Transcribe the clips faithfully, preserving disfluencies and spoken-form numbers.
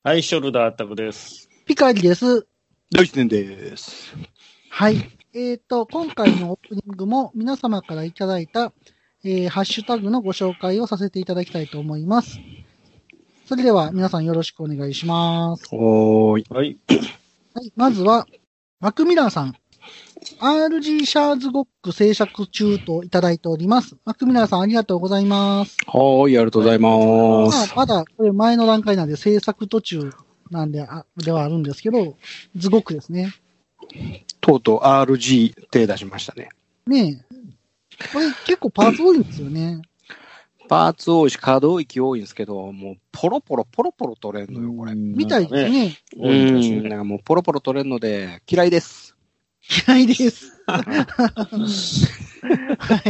はい、ショルダータクです。 ピカリです。 ドイツンです。 はい。えっと、今回のオープニングも皆様からいただいた、えー、ハッシュタグのご紹介をさせていただきたいと思います。それでは皆さんよろしくお願いします。 おーい。 はい。 はい。まずは、マクミラーさん。アールジー シャーズゴック制作中といただいております。マクミラーさんありがとうございます。 はーい、ありがとうございます。 まあ、まだ、これ前の段階なんで制作途中なんで、あ、ではあるんですけど、ズゴックですね。 とうとう アールジー 手出しましたね。 ねえ。これ結構パーツ多いんですよね。 パーツ多いし、可動域多いんですけど、もうポロポロポロポロ取れんのよ、これ。 みたいですね。 うん、なんかもうポロポロ取れんので、嫌いです。 嫌いです。はい。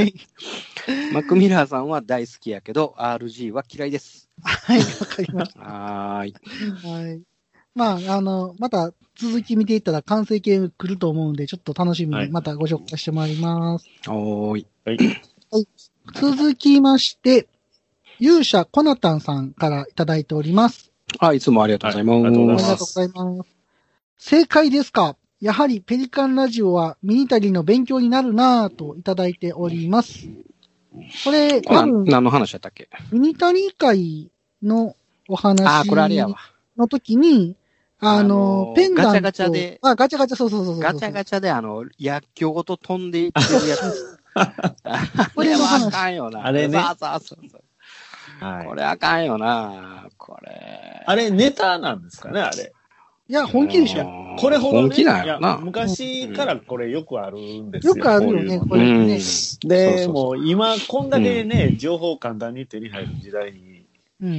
マクミラーさんは大好きやけど、アールジー は嫌いです。 はい、わかりました。 はーい。 はい。まあ、あの、また続き見ていったら完成形来ると思うんで、ちょっと楽しみにまたご紹介してもらいます。 おーい。 はい。 はい。続きまして、勇者コナタンさんからいただいております。 あ、いつもありがとうございます。 はい、ありがとうございます。 ありがとうございます。正解ですか？やはりペリカンラジオはミニタリーの勉強になるなぁといただいております。これ、多分、 何の話だったっけ？ ミニタリー会のお話あ、これあれやわ。 の時に、あの、あのペンダント。 ガチャガチャで。 あ、ガチャガチャ、そうそうそうそう。 ガチャガチャで、あの、薬莢ごと飛んでいってるやつ。これはあかんよな。 あれね。 そうそうそうそう、はい。これあかんよな。これ。 あれ、ネタなんですかね、あれ。 いや、本気でしょ。 これほどね。 本気なんやな。 昔からこれよくあるんですよ。 よくあるよね、これね。 で、もう今、こんだけね、情報簡単に手に入る時代に。うん。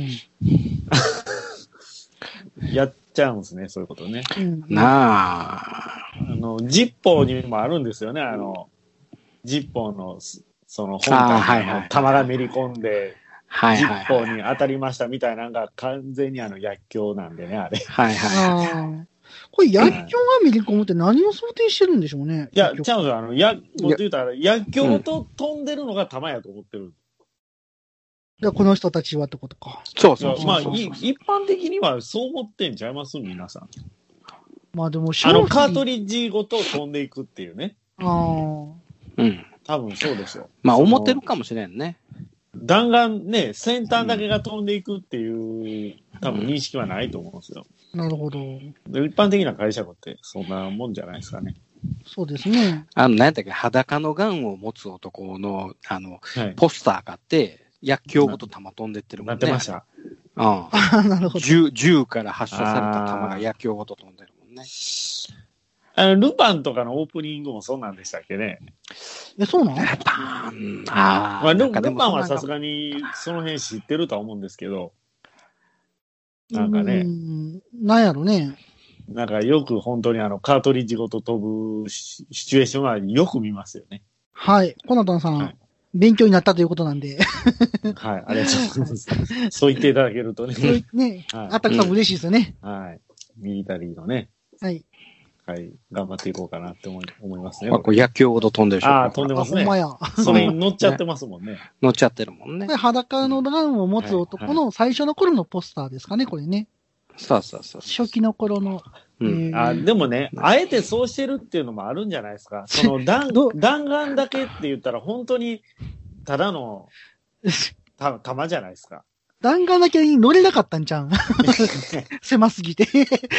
やっちゃうんですね、そういうことね。 うん、 なあ。 あの、ジッポーにもあるんですよね、あの、ジッポーの、その本体の玉がめり込んで、ジッポーに当たりましたみたいなのが完全にあの薬莢なんでね、あれ。 はいはいはい。 これ薬莢がめり込むって何を想定してるんでしょうね。 いや、ちゃうんですよ。あの、や、もっと言うたら、薬莢と飛んでるのが玉やと思ってる。 うん、この人たちはってことか。 そうそうそう。 まあ、一般的にはそう思ってんちゃいます皆さん。 まあでも、 あの、カートリッジごと飛んでいくっていうね。 ああ。 うん。 多分そうでしょ。 まあ、思ってるかもしれんね。 弾丸ね、先端だけが飛んでいくっていう、多分認識はないと思うんですよ。 なるほど。 一般的な解釈ってそんなもんじゃないですかね。 そうですね。 あの、何やったっけ、裸のガンを持つ男の、あの、はい、ポスターがあって、薬莢ごと弾飛んでってるもんね。 なってました。 うん。ああ、なるほど。 銃、銃から発射された弾が薬莢ごと飛んでるもんね。 あの、ルパンとかのオープニングもそうなんでしたっけね。 え、そうなの？ ルパン、ああ。 まあ、ルパンはさすがにその辺知ってるとは思うんですけど。なんかね。 うんなんやろね。 なんかよく本当にあの、カートリッジごと飛ぶシチュエーションはよく見ますよね。 はい。コナタンさん、はい、勉強になったということなんで。 はい。ありがとうございます。そう言っていただけるとね。 そう言ってね。はい、あったくさんも嬉しいですよね、 うん。はい。ミリタリーのね。 はい。 はい。頑張っていこうかなって思い思いますね。 あ、これ薬莢ごと飛んでるでしょ。 ああ、飛んでますね。 ほんまや。 それに乗っちゃってますもんね。ね乗っちゃってるもんね。 これ裸のガンを持つ男の最初の頃のポスターですかね、これね。 そうそうそう。 初期の頃の。 うん、あでもね、あえてそうしてるっていうのもあるんじゃないですか。その弾、弾丸だけって言ったら本当に、ただの、た、弾じゃないですか。 弾丸だけに乗れなかったんちゃう狭すぎて。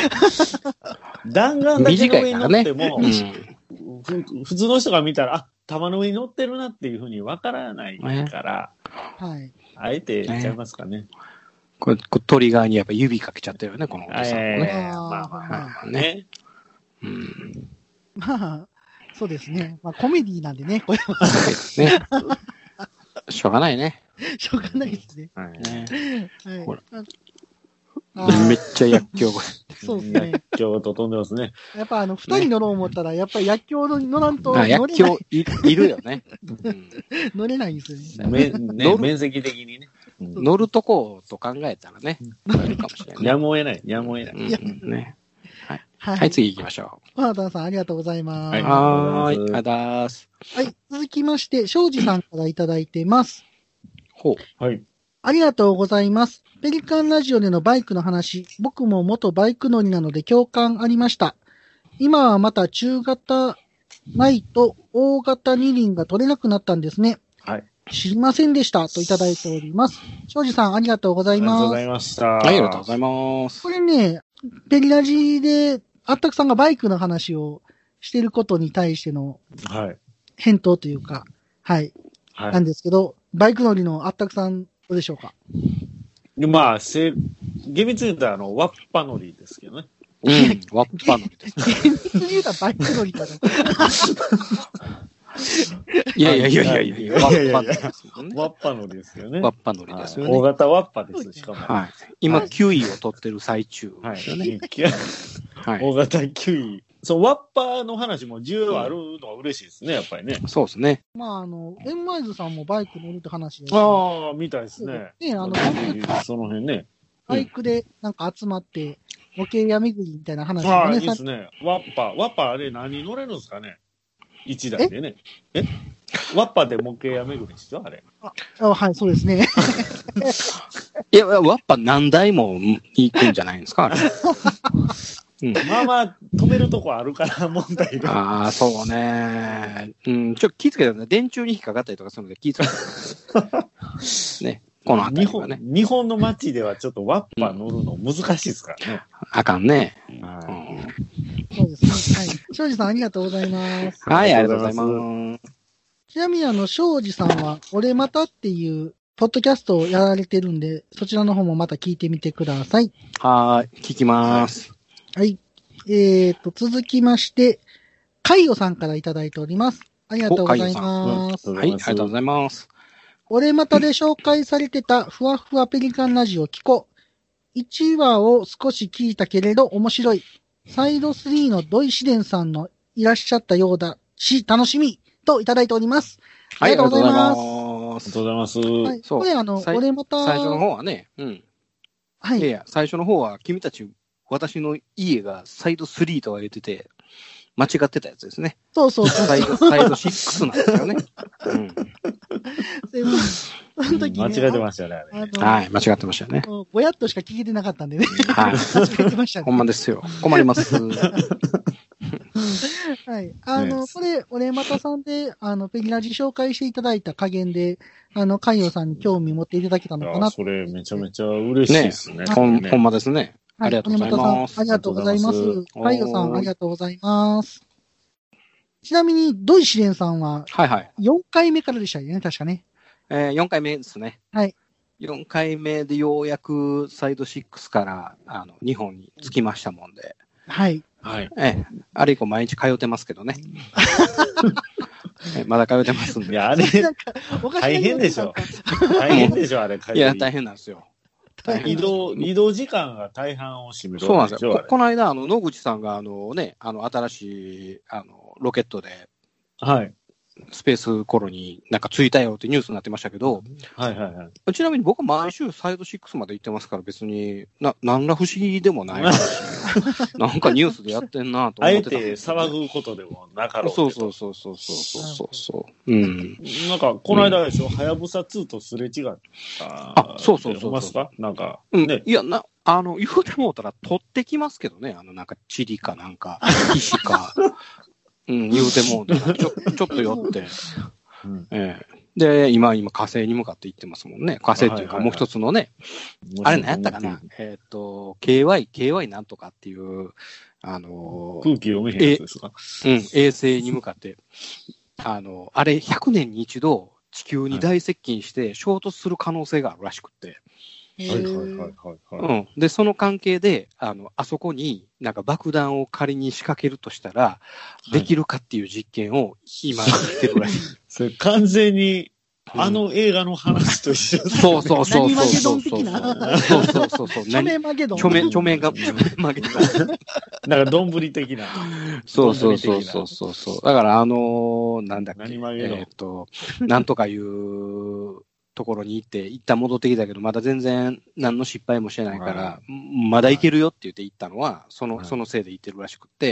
弾丸だけの上に乗っても、ねうん、普通の人が見たら、あ、弾の上に乗ってるなっていうふうにわからないから、 はい。 あえて言っちゃいますかね。 これ、トリガーにやっぱ指かけちゃってるよね、このおじさんもね。 えー、まあまあまあね。 うん。 まあ、そうですね。まあコメディなんでね、これは。 ね。しょうがないね。 しょうがないですね。 はい。ねはい、ほら。めっちゃ薬莢が。 そうですね。 薬莢と飛んでますね。 やっぱあの、二人乗ろう思ったら、やっぱり薬莢の乗らんと乗れない。 薬莢い、いるよね。 うん、乗れないんですよね。ね面積的にね。 乗るとこと考えたらね。乗るかもしれない。 やむを得ない。やむを得ない。 うんね。はい。はい、はい、次行きましょう。 パーターさん、ありがとうございます。 はい、はーい。ありがとうございます。 はい。続きまして、庄司さんからいただいてます。 ほう。 はい。 ありがとうございます。ペリカンラジオでのバイクの話、僕も元バイク乗りなので共感ありました。今はまた中型ないと大型二輪が取れなくなったんですね。 はい。 知りませんでしたといただいております。庄司さんありがとうございます。ありがとうございました。 ありがとうございます。 これね、ペリラジであったくさんがバイクの話をしていることに対しての返答というか、はい。はい、なんですけど、バイク乗りのあったくさんどうでしょうか。 まあ、せ厳密に言うとあの、ワッパ乗りですけどね。 うん、ワッパ乗りです。 厳密に言うとバイク乗りだね。 いやいやいやいやいや、ワッパ乗りですよね。ワッパ乗りですよね。 ワッパ乗りですよね。 大型ワッパです、しかも。 はい。今、きゅういを取ってる最中ですよね。 はい。大型きゅうい。そう、ワッパの話も需要あるのは嬉しいですね、やっぱりね。 そうですね。 まあ、あの、エンマイズさんもバイク乗るって話です、 ね。ああ、みたいですね。 ね、あの、 その辺ね。 バイクでなんか集まって、模型屋巡りみたいな話がね。ああ、いいですね。ワッパ、ワッパあれ何乗れるんですかね。一台でね。えワッパで模型屋巡りですよ、あれ。 あ、あはい、そうですね。 いや、ワッパ何台も行くんじゃないんですか、あれ。 うん、まあまあ、止めるとこあるから問題で。 ああ、そうね。うん、ちょっと気ぃつけてね。電柱に引っかかったりとかするので気ぃつけてね。この辺りはね。 日本の街ではちょっとワッパ乗るの難しいですからね。 うん、あかんね。 はい、うん。そうですね。はい。庄司さんありがとうございます。 はい、ありがとうございます。 ちなみにあの、庄司さんは、俺またっていう、ポッドキャストをやられてるんで、そちらの方もまた聞いてみてください。 はい、聞きます。 はい。えーと、続きまして、カイオさんからいただいております。ありがとうございます。 はい、ありがとうございます。 俺またで紹介されてたふわふわペリカンラジオ聞こう。いちわを少し聞いたけれど面白い。サイドスリーの土井紫伝さんのいらっしゃったようだし、楽しみといただいております。ありがとうございます。はい、ありがとうございます。 はい、これあの、俺また。 最初の方はね、うん。はい。いやいや、最初の方は君たち、私の家がサイドスリーとは言ってて、間違ってたやつですね。 そうそうそう。 サイド、サイドシックスなんですよね。うん。 その時ね、 間違えてましたね、あれ。 はい、間違ってましたね。 ぼやっとしか聞いてなかったんでね。はい。間違えてましたね。 ほんまですよ。困ります。 はい。あの、これ、俺またさんで、あの、ペギラジ紹介していただいた加減で、あの、海洋さんに興味持っていただけたのかな。 それ、めちゃめちゃ嬉しいですね。 ほん、ほんまですね。ありがとうございます。 ありがとうございます。海洋さん、ありがとうございます。ちなみに、土井紫蓮さんは、 はいはい。 よんかいめからでしたよね、確かね。 えー、よんかいめですね。 はい。 よんかいめでようやくサイドシックスから、あの、日本に着きましたもんで。 はい。 はい。ええ、あれ以降毎日通ってますけどね。まだ通ってますんで。 いや、あれ、大変でしょ。大変でしょ、あれ。 いや、大変なんですよ。 移動、移動時間が大半を占める。 そうなんですよ。こ, この間、あの、野口さんが、あのね、あの、新しい、あの、ロケットで、 はい。 スペースコロになんか着いたよってニュースになってましたけど、 はいはいはい。 ちなみに僕は毎週サイドシックスまで行ってますから別に、な、何ら不思議でもないし、なんかニュースでやってんなと思ってた。 あえて騒ぐことでもなかろう。 そうそうそうそうそうそうそう。うん。 なんか、この間でしょ、はやぶさツーとすれ違った。 あ、そうそうそうそう。なんか、 ね、うん。いや、な、あの、言うてもうたら取ってきますけどね、あの、なんか、チリかなんか、石か。うん、言うてもうたら、ちょ、ちょっと寄って。うんええ、で、今、今、火星に向かって行ってますもんね。火星っていうか、もう一つのね、あれ何やったかなえっ、ー、と、ケーワイ、ケーワイ なんとかっていう、あのー、 空気読めへんやつですか、 うん、衛星に向かって、あの、あれ、ひゃくねんに一度、地球に大接近して衝突する可能性があるらしくって。 はいはいはいはい、はい。 うん。で、その関係で、あの、あそこになんか爆弾を仮に仕掛けるとしたら、できるかっていう実験を今してるらしい。 それ完全に、あの映画の話と一緒です、 ね、そうそうそうそうそうそう。 そうそうそうそう。 チョメマゲドン。 チョメ、チョメが、チョメマゲドン。 なんか、丼的な。 そうそうそうそうそうそう。だから、あのー、なんだっけ。 何マゲドン。 えっと、なんとかいうところに行って、一旦戻ってきたけど、まだ全然何の失敗もしてないから、まだ行けるよって言って行ったのは、その、そのせいで行ってるらしくって、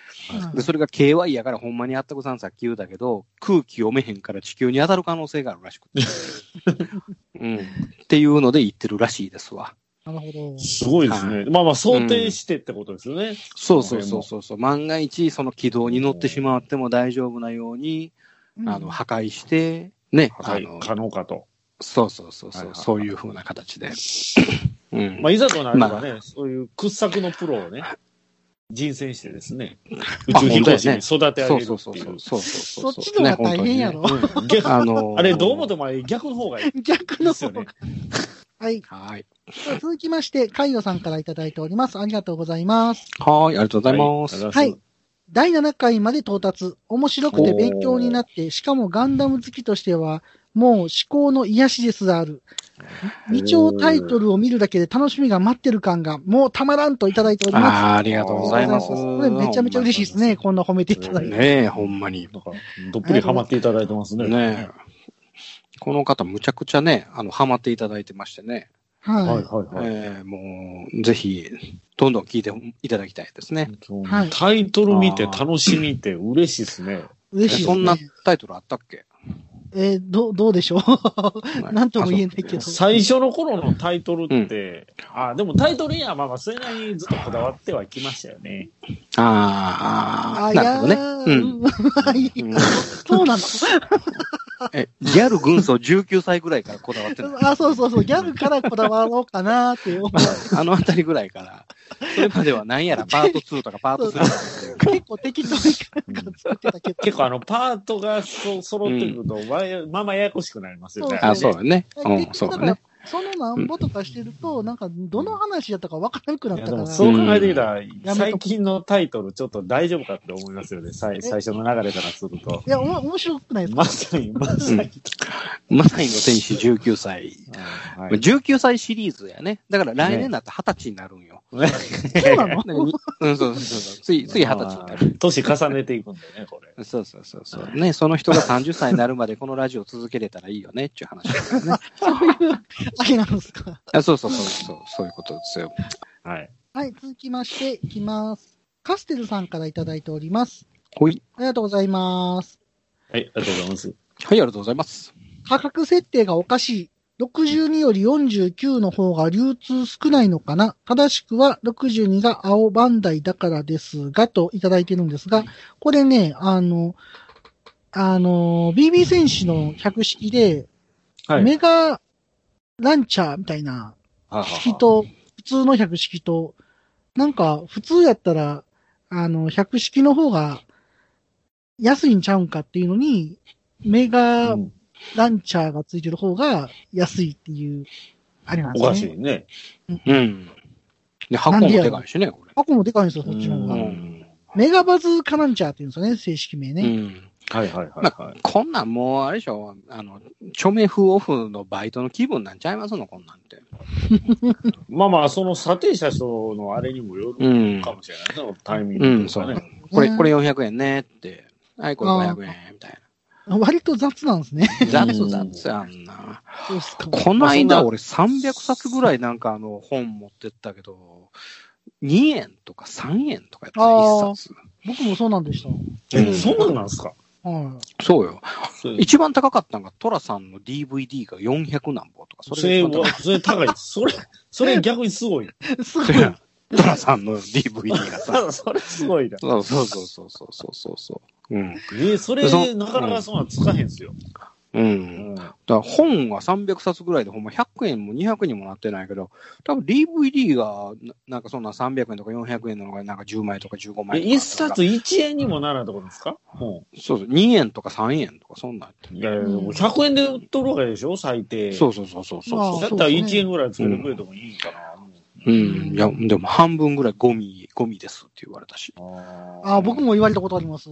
で、それが ケーワイ やからほんまにあったくさんさっき言うたけど、空気読めへんから地球に当たる可能性があるらしくて。うん。っていうので言ってるらしいですわ。 なるほど。 すごいですね。はい、まあまあ想定してってことですよね。うん、 そうそうそうそうそう。万が一その軌道に乗ってしまっても大丈夫なように、うん、あの、破壊して、ね。 破壊可能かと。 そうそうそうそう。そういう風な形で。 うん。まあ、いざとなればね、まあ、そういう掘削のプロをね、人選してですね、宇宙飛行士に育て上げるっていう。そうそうそう。 そうそうそっちの方が大変やろ。ねうん、 逆あのー、あれ、どうもとも逆の方がいい。 逆の方が。はい。はい。続きまして、カイヨさんからいただいております。ありがとうございます。 はい、ありがとうございます。 はい。だいななかいまで到達。面白くて勉強になって、しかもガンダム好きとしては、もう思考の癒しですある。に丁タイトルを見るだけで楽しみが待ってる感が、もうたまらんといただいております。 ああ、ありがとうございます。 これめちゃめちゃ嬉しいですね。こんな褒めていただいて。 ねえ、ほんまに。 なんか、どっぷりハマっていただいてますね。 ねえ。この方、むちゃくちゃね、あの、ハマっていただいてましてね。 はい。 はいはいはい。 えー、もう、ぜひ、どんどん聞いていただきたいですね。 はい、タイトル見て楽しみって嬉しいですね。 嬉しいですね。 そんなタイトルあったっけ？ えー、ど、どうでしょうなんとも言えないけど。 最初の頃のタイトルって、うん、あ、でもタイトルにはまあまあそれなりにずっとこだわってはきましたよね。 ああ、なるほどね。うん。 そうなのえ、ギャル軍曹じゅうきゅうさいぐらいからこだわってる。 あ、そうそうそう、ギャルからこだわろうかなっていう。 あのあたりぐらいから。それまでは何やらパートツーとかパートスリーとかっていう。 結構適当に作ってたけど。 結構あのパートがそ揃ってくると、うん、まあまあややこしくなりますよね。 あ、そうだね。うん、そうだね。 そのなんぼとかしてると、なんか、どの話やったか分からなくなったから。 そう考えてみたら、最近のタイトルちょっと大丈夫かって思いますよね。最最初の流れからすると。 いや、おも面白くないですか？ まさに、まさに。 まさにの天使じゅうきゅうさい。はい、じゅうきゅうさいシリーズやね。だから来年になってはたちになるんよ。 ね、そうなのうん、そうそうそう。つい、ついはたちになる。 年重ねていくんだよね、これ。 そうそうそうそう。ね、その人がさんじゅっさいになるまでこのラジオ続けれたらいいよねっていう話だからね。 そういうわけなんですか。 あ、そうそうそうそう、そういうことですよ。 はい。 はい、続きましていきます。カステルさんからいただいております。 はい。 ありがとうございます。 はい、ありがとうございます。はい、 ありがとうございます。 価格設定がおかしい。ろくじゅうによりよんじゅうきゅうの方が流通少ないのかな。正しくはろくじゅうにが青バンダイだからですが、といただいてるんですが、これね、あの、あの、ビービー 戦士の百式で、はい、メガランチャーみたいな式と、普通の百式と、なんか普通やったら、あの、百式の方が安いんちゃうんかっていうのに、メガ、うんランチャーがついてる方が安いっていう、あれなんですね。 おかしいね。 うん。で、箱もでかいしね、これ。 箱もでかいんですよ、そっちの方が。うん、メガバズカランチャーっていうんですよね、正式名ね。うん。 はいはいはい、はいまあ。こんなんもう、あれでしょ、あの、著名風オフのバイトの気分なんちゃいますの、こんなんて。 まあまあ、その査定した人のあれにもよるかもしれないね、うん、タイミングとかね、うん。そうね。 これ、これよんひゃくえんねって。はい、これごひゃくえん、みたいな。 割と雑なんですね。 雑雑やんな。この間俺さんびゃくさつぐらいなんかあの本持ってったけど、にえんとかさんえんとかやったら一冊。 僕もそうなんでした。 え、うん、そうなんですか？ はい。 そうよ。一番高かったのがトラさんの ディーブイディー がよんひゃくなんぼとか。 それがそれ高い。それ、それ逆にすごい。 すごい。 トラさんの ディーブイディー がさ。 それすごいな。 そうそうそうそうそうそうそう。うん。 えー、それ、なかなかそんなつかへんすよ。 うん。うん、だから本はさんびゃくさつぐらいでほんまひゃくえんもにひゃくえんにもなってないけど、多分 ディーブイディー がな、なんかそんなさんびゃくえんとかよんひゃくえんなのがなんかじゅうまいとかじゅうごまいとか。 え、一冊いちえんにもならんとこですか？ うん。そうそう。にえんとかさんえんとかそんなん。 いやいや、もうひゃくえんで売っとるわけでしょ最低。 そうそうそうそうそう。 だったらいちえんぐらいつけてくれてもいいかな。 うん。いや、でも半分ぐらいゴミ、ゴミですって言われたし。 ああ、僕も言われたことあります。 うん。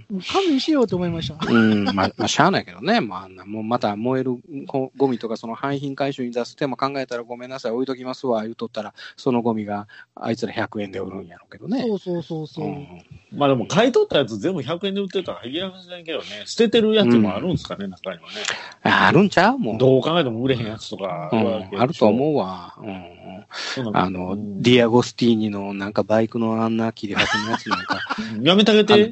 勘弁しようと思いました。 うん。まあ、まあ、しゃあないけどね。まあ、あんな、もうまた燃えるゴミとかその廃品回収に出す手も考えたらごめんなさい、置いときますわ、言うとったら、そのゴミがあいつらひゃくえんで売るんやろうけどね。 そうそうそうそう。うん、 まあでも買い取ったやつ全部ひゃくえんで売ってたら限られませんけどね。捨ててるやつもあるんですかね、うん、中にはね。 あるんちゃうもう。 どう考えても売れへんやつとか、 うん。あると思うわ。うん。 あの、ディアゴスティーニのなんかバイクのあんな切り端のやつなんか。 やめてあげて。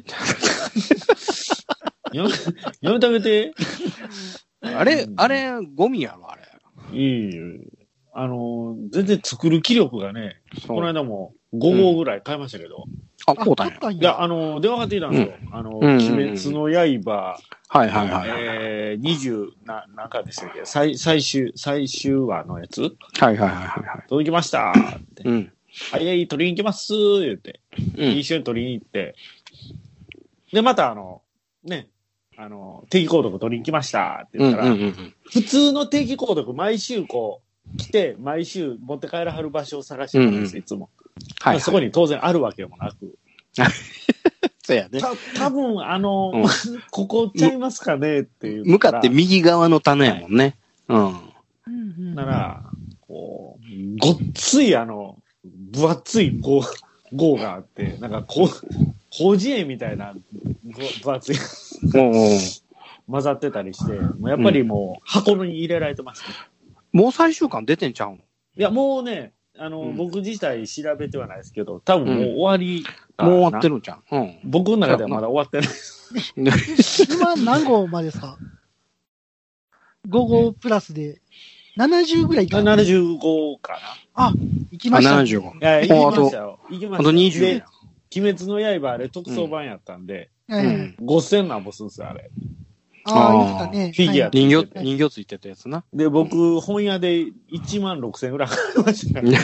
やめ、やめてあげて。 あれ、あれ、ゴミやろ、あれ。 いいよ。あの、全然作る気力がね、この間もごごうぐらい買いましたけど。 うん、あ、こうたんや。 いや、あの、電話かかってきたんですよ。うん、あの、うん、鬼滅の刃。 はいはいはい。 えー、にじゅう、な、なんかでしたっけ最、最終、最終話のやつはいはいはいはい。 届きましたって。 うん。 はい、はい、取りに行きます言って。うん、一緒に取りに行って。で、またあの、ね、あの、定期購読取りに行きましたって言ったら、うんうんうん、普通の定期購読毎週こう、来て、毎週持って帰らはる場所を探してたんです、うんうん、いつも。はい、はい。そこに当然あるわけもなく。 そうやね。 た、多分あの、うん、ここちゃいますかねっていう。 向かって右側の棚やもんね。はい、 うん。なら、こう、ごっついあの、分厚い号、号があって、なんかこう、広辞苑みたいな分厚い混ざってたりして、もうやっぱりもう箱に入れられてますね。 もう最終巻出てんちゃうの？ いや、もうね、あの、うん、僕自体調べてはないですけど、多分もう終わり、 うん、もう終わってるんじゃん。うん。 僕の中ではまだ終わってない。 今何号までですか？ ご 号プラスでななじゅうぐらいかな。 ななじゅうごかな。 あ、行きました、ね。 ななじゅうご。 いや、行きましたよ。行きましたよ。 あとにじゅう。 で、鬼滅の刃あれ特装版やったんで、 うん、 ごせんなんぼするんですよ、あれ。 ああ、言ってたね。 フィギュア、はい、 人形、人形ついてたやつな。 で、僕、本屋でいちまんろくせんぐらい払いましたね。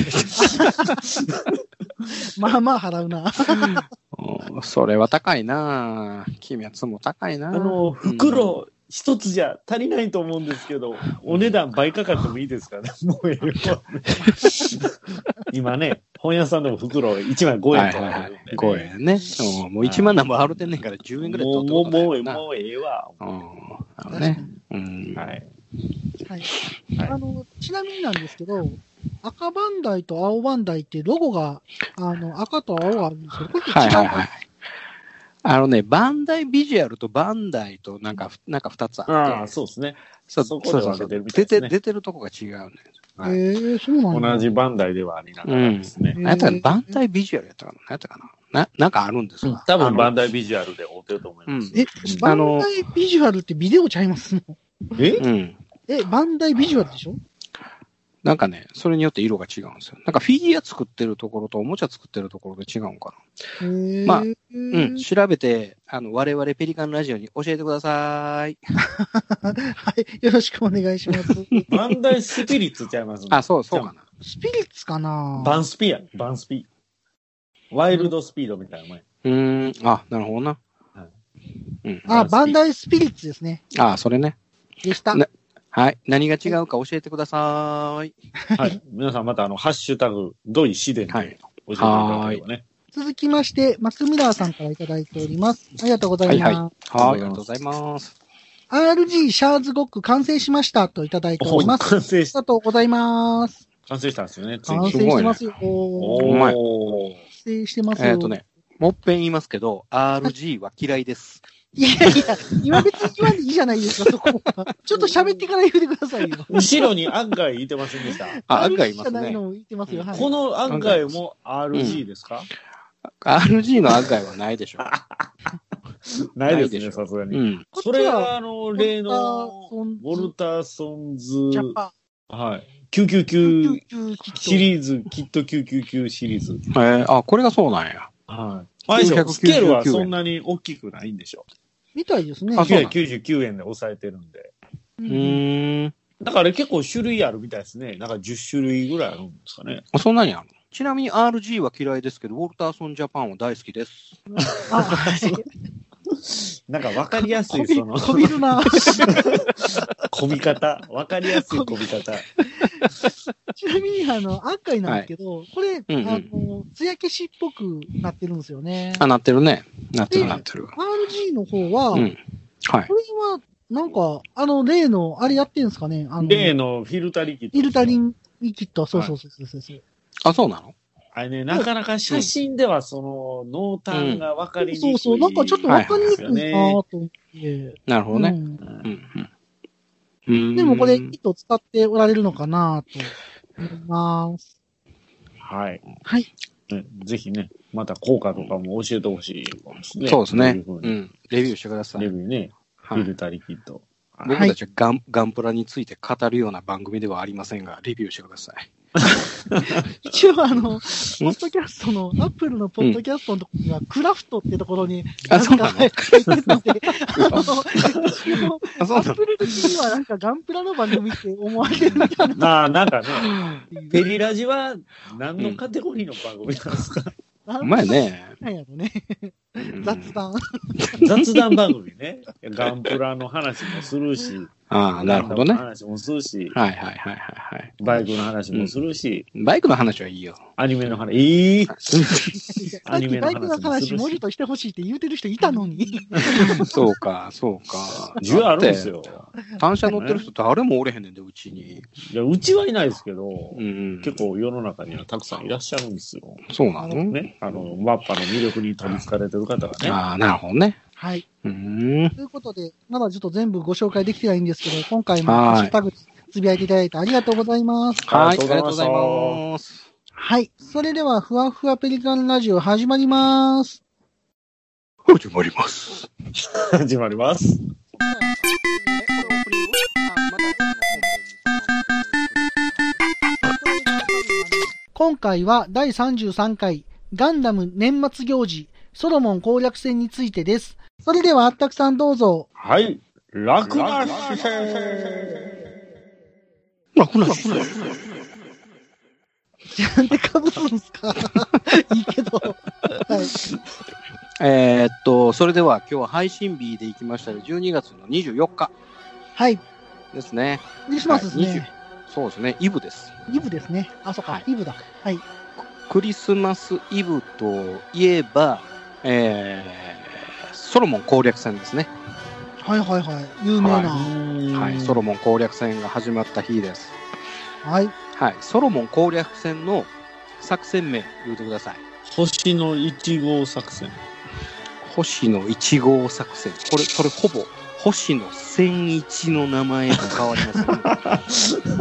まあまあ払うな。 それは高いなぁ。鬼滅も高いなぁ。 あの、袋一つじゃ足りないと思うんですけど、お値段倍かかってもいいですかね。もうええわ。今ね、本屋さんでも袋いちまいごえんとか、ね。はいはいはい、 ごえんね。もういちまんなんぼ払ってんねんからじゅうえんぐらい取ってももう、もう、もうええわ。 うん。あのね。うん。 はい。 はい。あの、ちなみになんですけど、赤バンダイと青バンダイってロゴが、あの、赤と青があるんですけど、これって違う、はいはいはい。 あのね、バンダイビジュアルとバンダイとなんか、なんか二つあって。 ああ、そうですね。 そうそこで分けてるみたいですね。出て、出てるとこが違うね。 へ、はい、えー、そうなんだ。 同じバンダイではありながらですね。 うん。何やったかな、バンダイビジュアルやったかな何やったかなな、なんかあるんですか、うん、 多分バンダイビジュアルで追ってると思います。 うん、え、バンダイビジュアルってビデオちゃいますの？ えうん。 え、バンダイビジュアルでしょ？ なんかね、それによって色が違うんですよ。なんかフィギュア作ってるところとおもちゃ作ってるところで違うんかな。 へまあ、うん、調べて、あの、我々ペリカンラジオに教えてください。 はい、よろしくお願いします。 バンダイスピリッツちゃいますね。 あ、そう、そうかな。 スピリッツかなバンスピや、バンスピ。ワイルドスピードみたいなもんや。 うーん、あ、なるほどな。 はいうん、あ、バンダイスピリッツですね。 あ、それね。 でした。 はい。何が違うか教えてください。 はい。皆さんまたあの、ハッシュタグ、ドイシデンで教えていただければね。 続きまして、マスミラーさんからいただいております。ありがとうございます。はい、はい。 はい、ありがとうございます。 アールジー シャーズゴック完成しましたといただいております。 完成した。 ありがとうございます。 完成したんですよね。 完成してますよ。 おー。完成してますよ。 えっとね、もっぺん言いますけど、アールジー は嫌いです。 いやいや、今別に言わんでいいじゃないですか、そこは。ちょっと喋ってから言ってくださいよ。 後ろに案外言ってませんでした。 あ、案外いますね。 じゃないの言ってますよ。はい、 この案外も アールジー ですか、 うん、アールジー の案外はないでしょ。 ないですね、さすがに。 うん。 それは、あの、例の、ウォルターソンズ、はい。きゅうきゅうきゅうシリーズ、きっときゅうきゅうきゅうシリーズ。 えー、あ、これがそうなんや。 はい。あれでしょ、スケールはそんなに大きくないんでしょ。 みたいですね。 きゅうひゃくきゅうじゅうきゅうえんで抑えてるんで。 うーん。 だから結構種類あるみたいですね。なんかじゅっしゅるいぐらいあるんですかね。 あ、そんなにあるの？ちなみに アールジー は嫌いですけど、ウォルターソンジャパンは大好きです。 あ、はい。 なんか分かりやすい、その。 こびるな。 こび方。分かりやすいこび方。 ちなみに、あの、案外なんですけど、はい、これ、 うんうん、 あの、艶消しっぽくなってるんですよね。 あ、なってるね。なってるなってる。 アールジー の方は、 うん、はい。 これは、なんか、あの、例の、あれやってんですかねあの例のフィルタリキット。 フィルタリンキット、そうそうそうそうそう、はい。 あ、そうなの？ あれね、なかなか写真ではその、濃淡が分かりにくい、 うん。そうそう、なんかちょっと分かりにくいなと思って。 なるほどね。 うんうん、 でもこれ、キット使っておられるのかなと思います。 はい。 はい。 ね、ぜひね、また効果とかも教えてほしいですね。 そうですね。ううん。レビューしてください。 レビューね。 はいビルタリキッド。 僕たちはガン、ガンプラについて語るような番組ではありませんが、レビューしてください。 一応あの、ポッドキャストの、アップルのポッドキャストのところには、クラフトってところに、 あ、そうなの書いてるので、あの、一応、アップル的にはなんかガンプラの番組って思われてるみたいな。 まあ、なんかね、ペリラジは何のカテゴリーの番組なんですか？ うまいね。 なんやろね。雑談。 雑談番組ね。ガンプラの話もするし。 ああ、なるほどね。 話もするし。 はいはいはいはい。 バイクの話もするし。 うん、バイクの話はいいよ。 アニメの話、いいアニメの話もするし。バイクの話、もうちょっとしてほしいって言うてる人いたのに。 そうか、そうか。 じゅうあるんですよ。 単車乗ってる人誰もおれへんねんで、うちに。 いや、うちはいないですけど、 うん、 結構世の中にはたくさんいらっしゃるんですよ。 そうなのね。あの、マッパの魅力に取り憑かれてる方がね。 ああ、なるほどね。 はい。 うん。 ということで、まだちょっと全部ご紹介できてないんですけど、今回もハッシュタグつぶやいていただいてありがとうございます。 はい、ありがとうございます。 はい。それでは、ふわふわペリカンラジオ始まります。 始まります。 始まります。 今回はだいさんじゅうさんかいガンダム年末行事ソロモン攻略戦についてです。それではあったくさんどうぞ。 はい。楽な姿勢。 楽な姿勢。 なんでかぶすんすかいいけど。はい。 えー、っと、それでは今日は配信日でいきましたね。じゅうにがつのにじゅうよっか。 はい。 ですね。 クリスマスですね。はい、 そうですね。イブです。 イブですね。あ、そっか、はい、イブだ。はい。 クリスマスイブといえば、えー、ソロモン攻略戦ですね。 はいはいはい。有名な。 はい、はい。ソロモン攻略戦が始まった日です。 はい。 はい。ソロモン攻略戦の作戦名言うてください。 星のいち号作戦。 星のいち号作戦。これ、これほぼ星のせんいちの名前が変わりますね。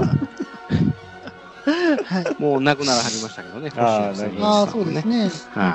はい、もう亡くならはりましたけどね。 ああ、そうですね。 はい。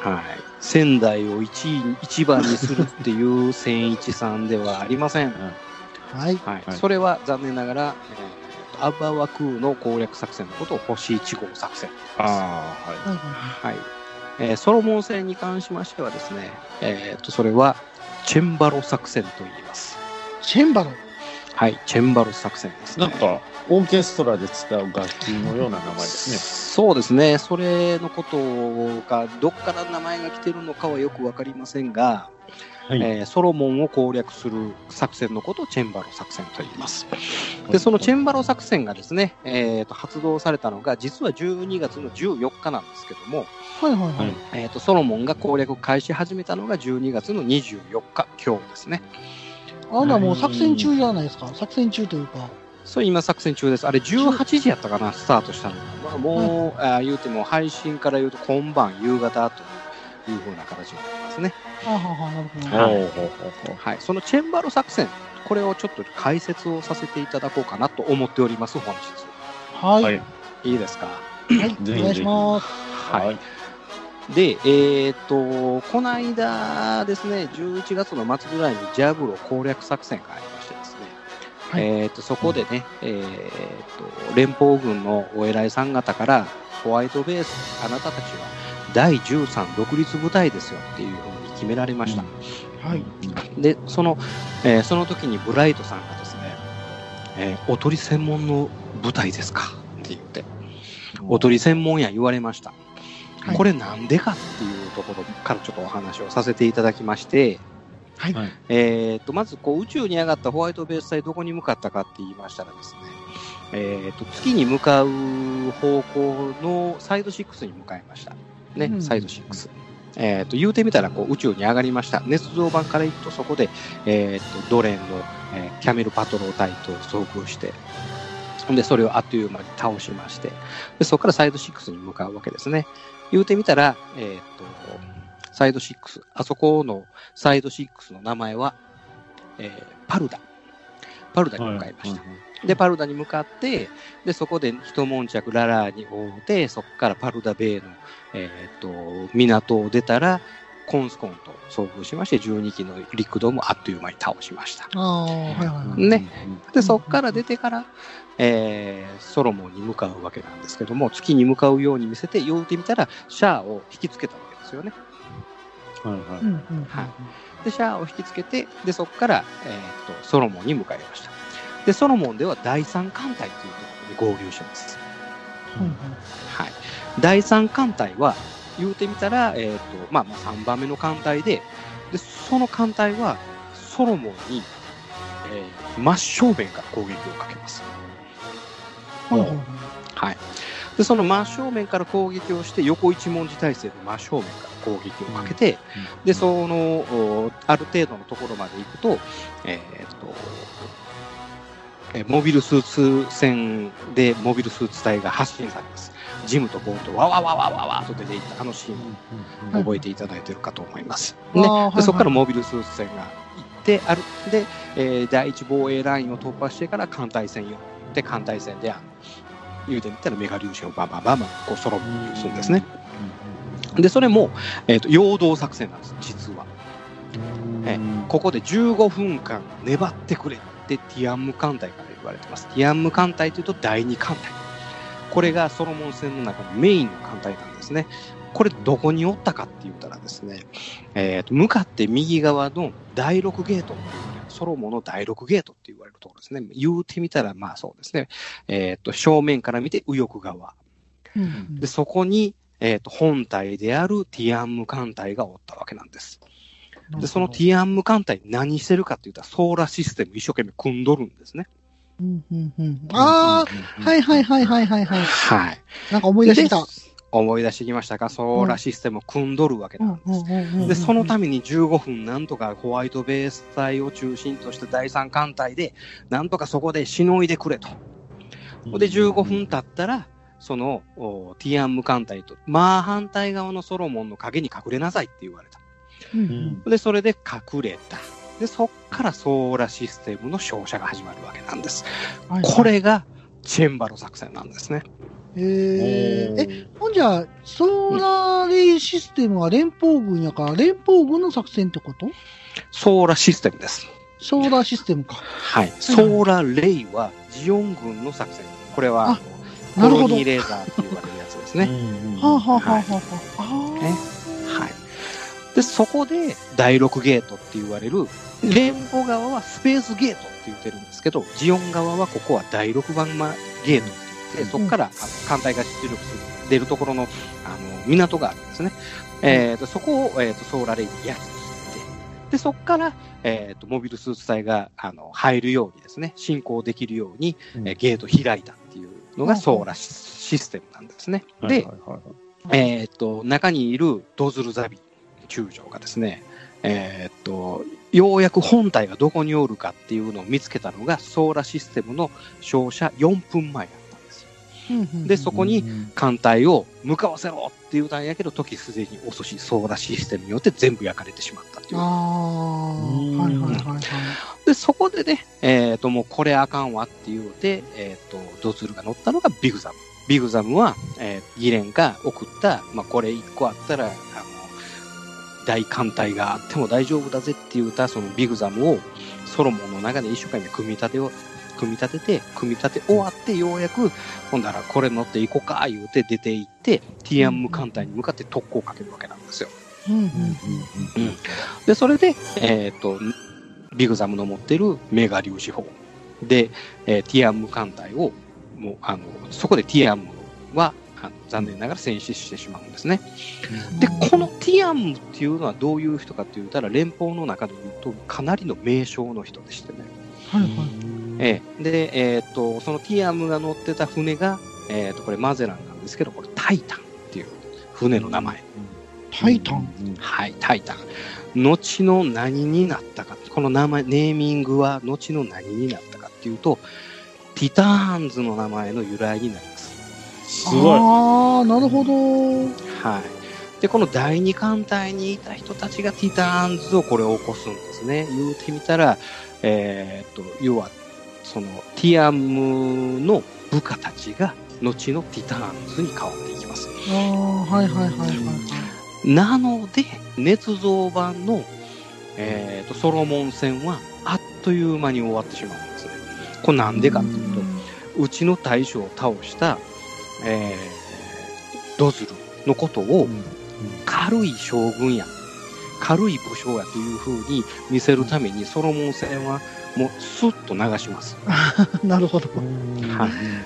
はい。仙台を一位、一番にするっていう千一さんではありません。 はい。 はい。それは残念ながら、えー、アバワクーの攻略作戦のことを星いち号作戦。 ああ、 はい。はい。えー、ソロモン戦に関しましてはですね、えっと、それは、チェンバロ作戦と言います。 チェンバロ？ はい、チェンバロ作戦ですね。 なんか、オーケストラで使う楽器のような名前ですね。 そうですね。それのことが、どっから名前が来てるのかはよくわかりませんが、はい、えー、ソロモンを攻略する作戦のことをチェンバロ作戦と言います。で、そのチェンバロ作戦がですね、えー、と発動されたのが、実はじゅうにがつのじゅうよっかなんですけども、 はいはいはい。 えー、とソロモンが攻略開始始めたのがじゅうにがつのにじゅうよっか、今日ですね。 あんなもう作戦中じゃないですか。作戦中というか。 そう、今作戦中です。あれじゅうはちじやったかな、スタートしたの。まあ、もう、はい、あ言うても配信から言うと今晩夕方という風な形になりますね。 はあ、はあ、なるほど。 はい。はい。そのチェンバロ作戦、これをちょっと解説をさせていただこうかなと思っております、本日。はい。はい、 いいですか。 はい、お願いします。 はい。で、えー、っと、この間ですね、じゅういちがつの末ぐらいにジャブロ攻略作戦がありましてですね、はい、えー、っとそこでね、えー、っと連邦軍のお偉いさん方からホワイトベース、あなたたちはだいじゅうさん独立部隊ですよっていうふうに決められました。 うん、はい。 で、その、えー、その時にブライトさんがですね、えー、おとり専門の部隊ですかって言って、おとり専門や言われました。これなんでかっていうところからちょっとお話をさせていただきまして、 はい。 えー、とまずこう宇宙に上がったホワイトベース隊どこに向かったかって言いましたらですね、えー、と月に向かう方向のサイドシックスに向かいました。ね、うん、サイドシックス。えー、と言うてみたらこう宇宙に上がりました。捏造版から行くとそこで、えー、とドレンの、えー、キャメルパトロー隊と遭遇して、でそれをあっという間に倒しまして、でそこからサイドシックスに向かうわけですね。言うてみたら、えー、っと、サイドシックス、あそこのサイドシックスの名前は、えー、パルダ。パルダに向かいました。はい、 で、パルダに向かって、で、そこで一悶着ララーに追うて、そこからパルダベイの、えっと、港を出たら、コンスコンと遭遇しまして、じゅうにきの陸道もあっという間に倒しました。 ああ、はいはいはい。 ね。で、そこから出てから、えー、ソロモンに向かうわけなんですけども、月に向かうように見せて、言うてみたら、シャアを引きつけたわけですよね。 はいはい。 はい。で、シャアを引きつけて、で、そこから、えー、っと、ソロモンに向かいました。で、ソロモンでは第三艦隊というところに合流します。 うんうん、 はい。第三艦隊は、言うてみたら、えっと、まあ、まあ、さんばんめの艦隊で、で、その艦隊は、ソロモンに、えー、真正面から攻撃をかけます。 はいはい。 はい。で、その真正面から攻撃をして、横一文字体制で真正面から攻撃をかけて、うん、で、その、ある程度のところまで行くと、えー、っと、モビルスーツ戦でモビルスーツ隊が発進されます。ジムとボートわわわわわわと出ていったあのシーンを覚えていただいているかと思います。ね、でそこからモビルスーツ戦が行ってあるで、えー、第一防衛ラインを突破してから艦隊戦よで艦隊戦であの言うてみたらメガ粒子をバンバンバンバンこうソロモンに撃つんですね。でそれも、えーと、陽動作戦なんです実は。えー、ここでじゅうごふんかん粘ってくれってティアンム艦隊から言われてます。ティアンム艦隊というとだいに艦隊。これがソロモン戦の中のメインの艦隊なんですね。これどこにおったかって言ったらですね、えーと、向かって右側のだいろくゲートっていうソロモンのだいろくゲートって言われるところですね。言うてみたらまあそうですね。えーと、正面から見て右翼側。うんうん、で、そこに、えーと、本体であるティアンム艦隊がおったわけなんです。で、そのティアンム艦隊何してるかって言ったらソーラーシステム一生懸命組んどるんですね。 うんうんうん、ああ、はいはいはいはいはいはい。 はい。 なんか思い出してきた。 思い出してきましたか？ソーラーシステムを組んどるわけなんです。で、そのためにじゅうごふんなんとかホワイトベース隊を中心とした第三艦隊で、なんとかそこでしのいでくれと。で、じゅうごふん経ったら、そのティアンム艦隊と、まあ反対側のソロモンの影に隠れなさいって言われた。うんうん、で、それで隠れた。で、そっからソーラーシステムの照射が始まるわけなんです。はいはい、これがチェンバロ作戦なんですね。 へえ。え、ほんじゃ、ソーラーレイシステムは連邦軍やから、連邦軍の作戦ってこと？ ソーラーシステムです。 ソーラーシステムか。 はい。ソーラーレイはジオン軍の作戦。これは、コロニーレーザーって言われるやつですね。 はあはあはあはあ。 ね。はい。で、そこでだいろくゲートって言われる、連邦側はスペースゲートって言ってるんですけど、ジオン側はここはだいろくばんゲートって言って、そこから艦隊が出力する、出るところの、あの、港があるんですね。えっと、そこを、えっと、ソーラーレイに焼き切って、で、そこから、えっと、モビルスーツ隊が、あの、入るようにですね、進行できるように、うん、えゲート開いたっていうのがソーラーシステムなんですね。うん、で、えっと、中にいるドズルザビ中将がですね、えー、っと、ようやく本体がどこにおるかっていうのを見つけたのが、ソーラシステムの照射よんぷんまえだったんですよ。で、そこに艦隊を向かわせろって言うたんやけど、時すでに遅し、ソーラシステムによって全部焼かれてしまったっていう。 ああ、はいはいはいはい。 で、そこでね、えー、っと、もうこれあかんわって言うて、えー、っと、ドツルが乗ったのがビグザム。ビグザムは、えー、ギレンが送った、まあ、これ一個あったら、あの、大艦隊があっても大丈夫だぜって言ったそのビグザムをソロモンの中で一生懸命組み立てを、組み立てて、組み立て終わってようやく、ほんならこれ乗っていこうか言うて出て行って、ティアンム艦隊に向かって特攻をかけるわけなんですよ。うんうんうんうん、で、それで、えっと、ビグザムの持ってるメガ粒子砲で、えー、ティアンム艦隊を、もう、あの、そこでティアンムは、あの残念ながら戦死してしまうんですね。で、このティアンムっていうのはどういう人かって言ったら、連邦の中で言うとかなりの名将の人でしてね。はいはい。えー、で、えー、っと、そのティアンムが乗ってた船が、えー、っと、これマゼランなんですけど、これタイタンっていう船の名前。 タイタン、 はい、タイタン。後の何になったか、この名前、ネーミングは後の何になったかっていうと、ティターンズの名前の由来になります。 すごい。ああ、なるほど。 はい。で、この第二艦隊にいた人たちがティターンズをこれを起こすんですね。言うてみたら、えー、っと、要は、 そのティアムの部下たちが後のティターンズに変わっていきます。 ああ、はいはいはいはい、はい。 なので、捏造版の、えーと、ソロモン戦はあっという間に終わってしまうんですね。これなんでかっていうと、うちの大将を倒した、えー、ドズルのことを軽い将軍や、軽い武将やという風に見せるためにソロモン戦はもうスッと流します。 なるほど。はい。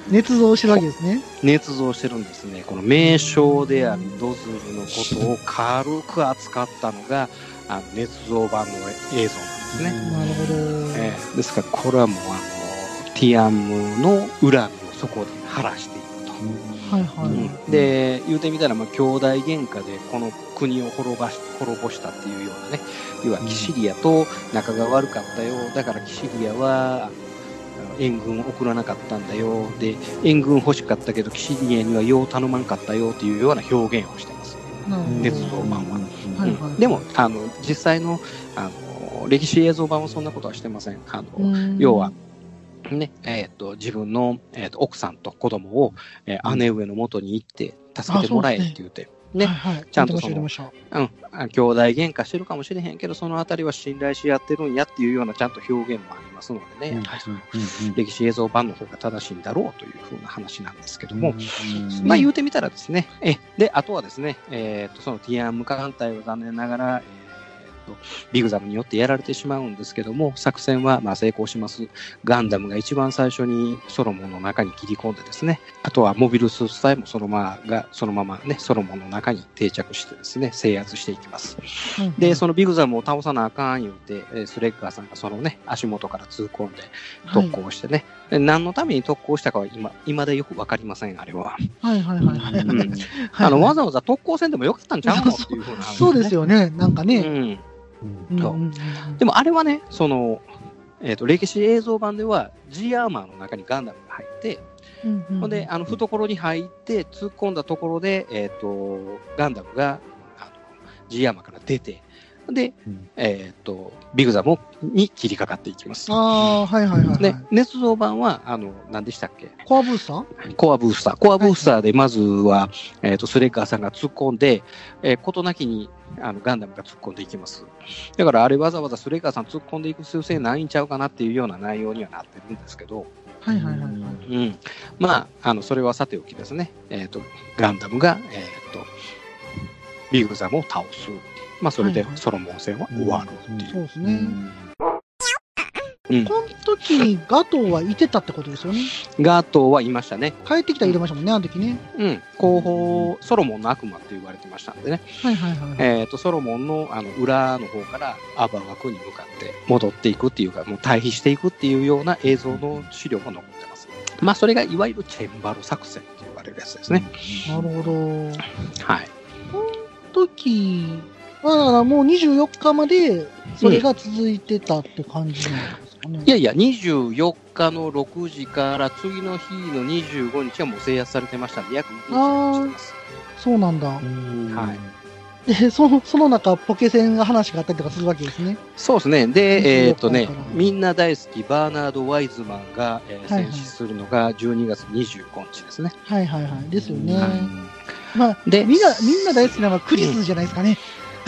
捏造してるわけですね。 捏造してるんですね。この名将であるドズルのことを軽く扱ったのがあの捏造版の映像なんですね。 なるほど。 えー、ですからこれはもうあのティアムの恨みをそこで晴らしていくと。 はいはい、 うん、で言うてみたら、まあ、兄弟喧嘩でこの国を滅ばし滅ぼしたっていうようなね、要はキシリアと仲が悪かったよ、だからキシリアは援軍を送らなかったんだよ、で援軍欲しかったけどキシリアにはよう頼まんかったよっていうような表現をしてます、捏造版は、はいはい、うん、でもあの実際の、あの歴史映像版はそんなことはしてません。あの要はねえー、と自分の、えー、と奥さんと子供を、えー、姉上の元に行って助けてもらえって言って、ね、はいはい、ちゃんとその、うん、兄弟喧嘩してるかもしれへんけどそのあたりは信頼し合ってるんやっていうようなちゃんと表現もありますのでね、うん、やはりその、うん、歴史映像版の方が正しいんだろうというふうな話なんですけども、うん、まあ言うてみたらですね、えであとはですね、えー、とそのティアンム艦隊は残念ながら、えービグザムによってやられてしまうんですけども、作戦はまあ成功します。ガンダムが一番最初にソロモンの中に切り込んでですね、あとはモビルスーツ隊もそのままがそのままねソロモンの中に定着してですね制圧していきます。うんうん、でそのビグザムを倒さなあかん言うてスレッガーさんがそのね足元から突っ込んで特攻してね、はい、何のために特攻したかは今今でよくわかりませんあれは。 はいはいはいはい。うん、 あのわざわざ特攻戦でもよかったんちゃうのっていうふうな、ね、 そうですよねなんかね。 うんうんそうでもあれはね、その、えーと、歴史映像版では G アーマーの中にガンダムが入って、うんうん、ほんであの懐に入って突っ込んだところで、えーと、ガンダムがあの G アーマーから出て、で、うん、えっ、ー、と、ビグザムに切りかかっていきます。 ああ、はいはいはい、はい。 で、捏造版は、あの、何でしたっけ？ コアブースター？ コアブースター。コアブースターで、まずは、えっ、ー、と、スレッガーさんが突っ込んで、えー、ことなきに、あの、ガンダムが突っ込んでいきます。だから、あれわざわざスレッガーさん突っ込んでいく必要性ないんちゃうかなっていうような内容にはなってるんですけど、 はいはいはい、はい。 うん。まあ、あの、それはさておきですね。えっ、ー、と、ガンダムが、えっ、ー、と、ビグザムを倒す。まあ、それでソロモン戦は終わるっていう。 そうですね。うん、この時にガトーはいてたってことですよね。 ガトーはいましたね。 帰ってきたら入れましたもんね、あの時ね。 うん。後方、ソロモンの悪魔って言われてましたんでね。 はいはいはい、はい。 えっ、ー、と、ソロモンのあの裏の方からアバ枠に向かって戻っていくっていうか、もう退避していくっていうような映像の資料も残ってます。まあ、それがいわゆるチェンバロ作戦って言われるやつですね。 なるほど。 はい。 この時、まあ、もうにじゅうよっかまでそれが続いてたって感じなんですかね。 うん、いやいや、にじゅうよっかのろくじから次の日のにじゅうごにちはもう制圧されてましたんで、約にじゅうにちしてます。 そうなんだ。 はい。 で、その、その中、ポケセンが話があったりとかするわけですね。 そうですね。で、えー、っとね、みんな大好き、バーナード・ワイズマンが、えー、戦死するのがじゅうにがつにじゅうごにちですね。 はいはいはい。ですよね。はい、まあ、で、みんな、みんな大好きなのはクリスじゃないですかね。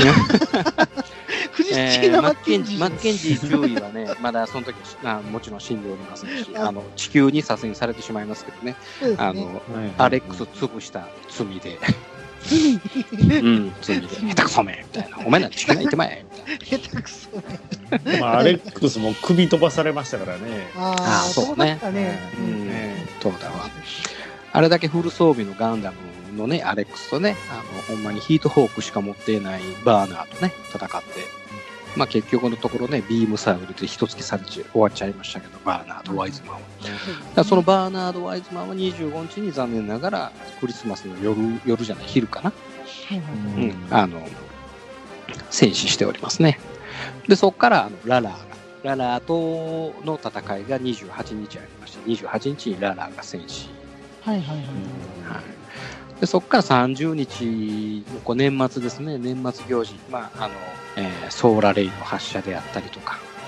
クリスチーナ・マッケンジー。 マッケンジー獣医はね、まだその時あもちろん死んでおりませんし、あの地球に左遷されてしまいますけどね、ねあの、はい、アレックス潰した罪で、うん、罪で、下手くそめみたいな、お前なんて地球に行ってまえみたいな。 下手くそめ。 まあ、アレックスも首飛ばされましたからね。 ああ、そうね。そうだね。 うん、ね、そうだわ。あれだけフル装備のガンダムのね、アレックスとね、あの、ほんまにヒートホークしか持っていないバーナーとね、戦って、まあ結局のところね、ビームサーブルで一突きされて終わっちゃいましたけど、バーナード・ワイズマンは。だからそのバーナード・ワイズマンはにじゅうごにちに残念ながら、クリスマスの夜、夜じゃない、昼かな。うん、あの、戦死しておりますね。で、そこから、あの、ララーが、ララーとの戦いがにじゅうはちにちありまして、にじゅうはちにちにララーが戦死。 はいはいはい。はいでそこからさんじゅうにち、こう年末ですね、年末行事、まああのえー、ソーラレイの発射であったりとか、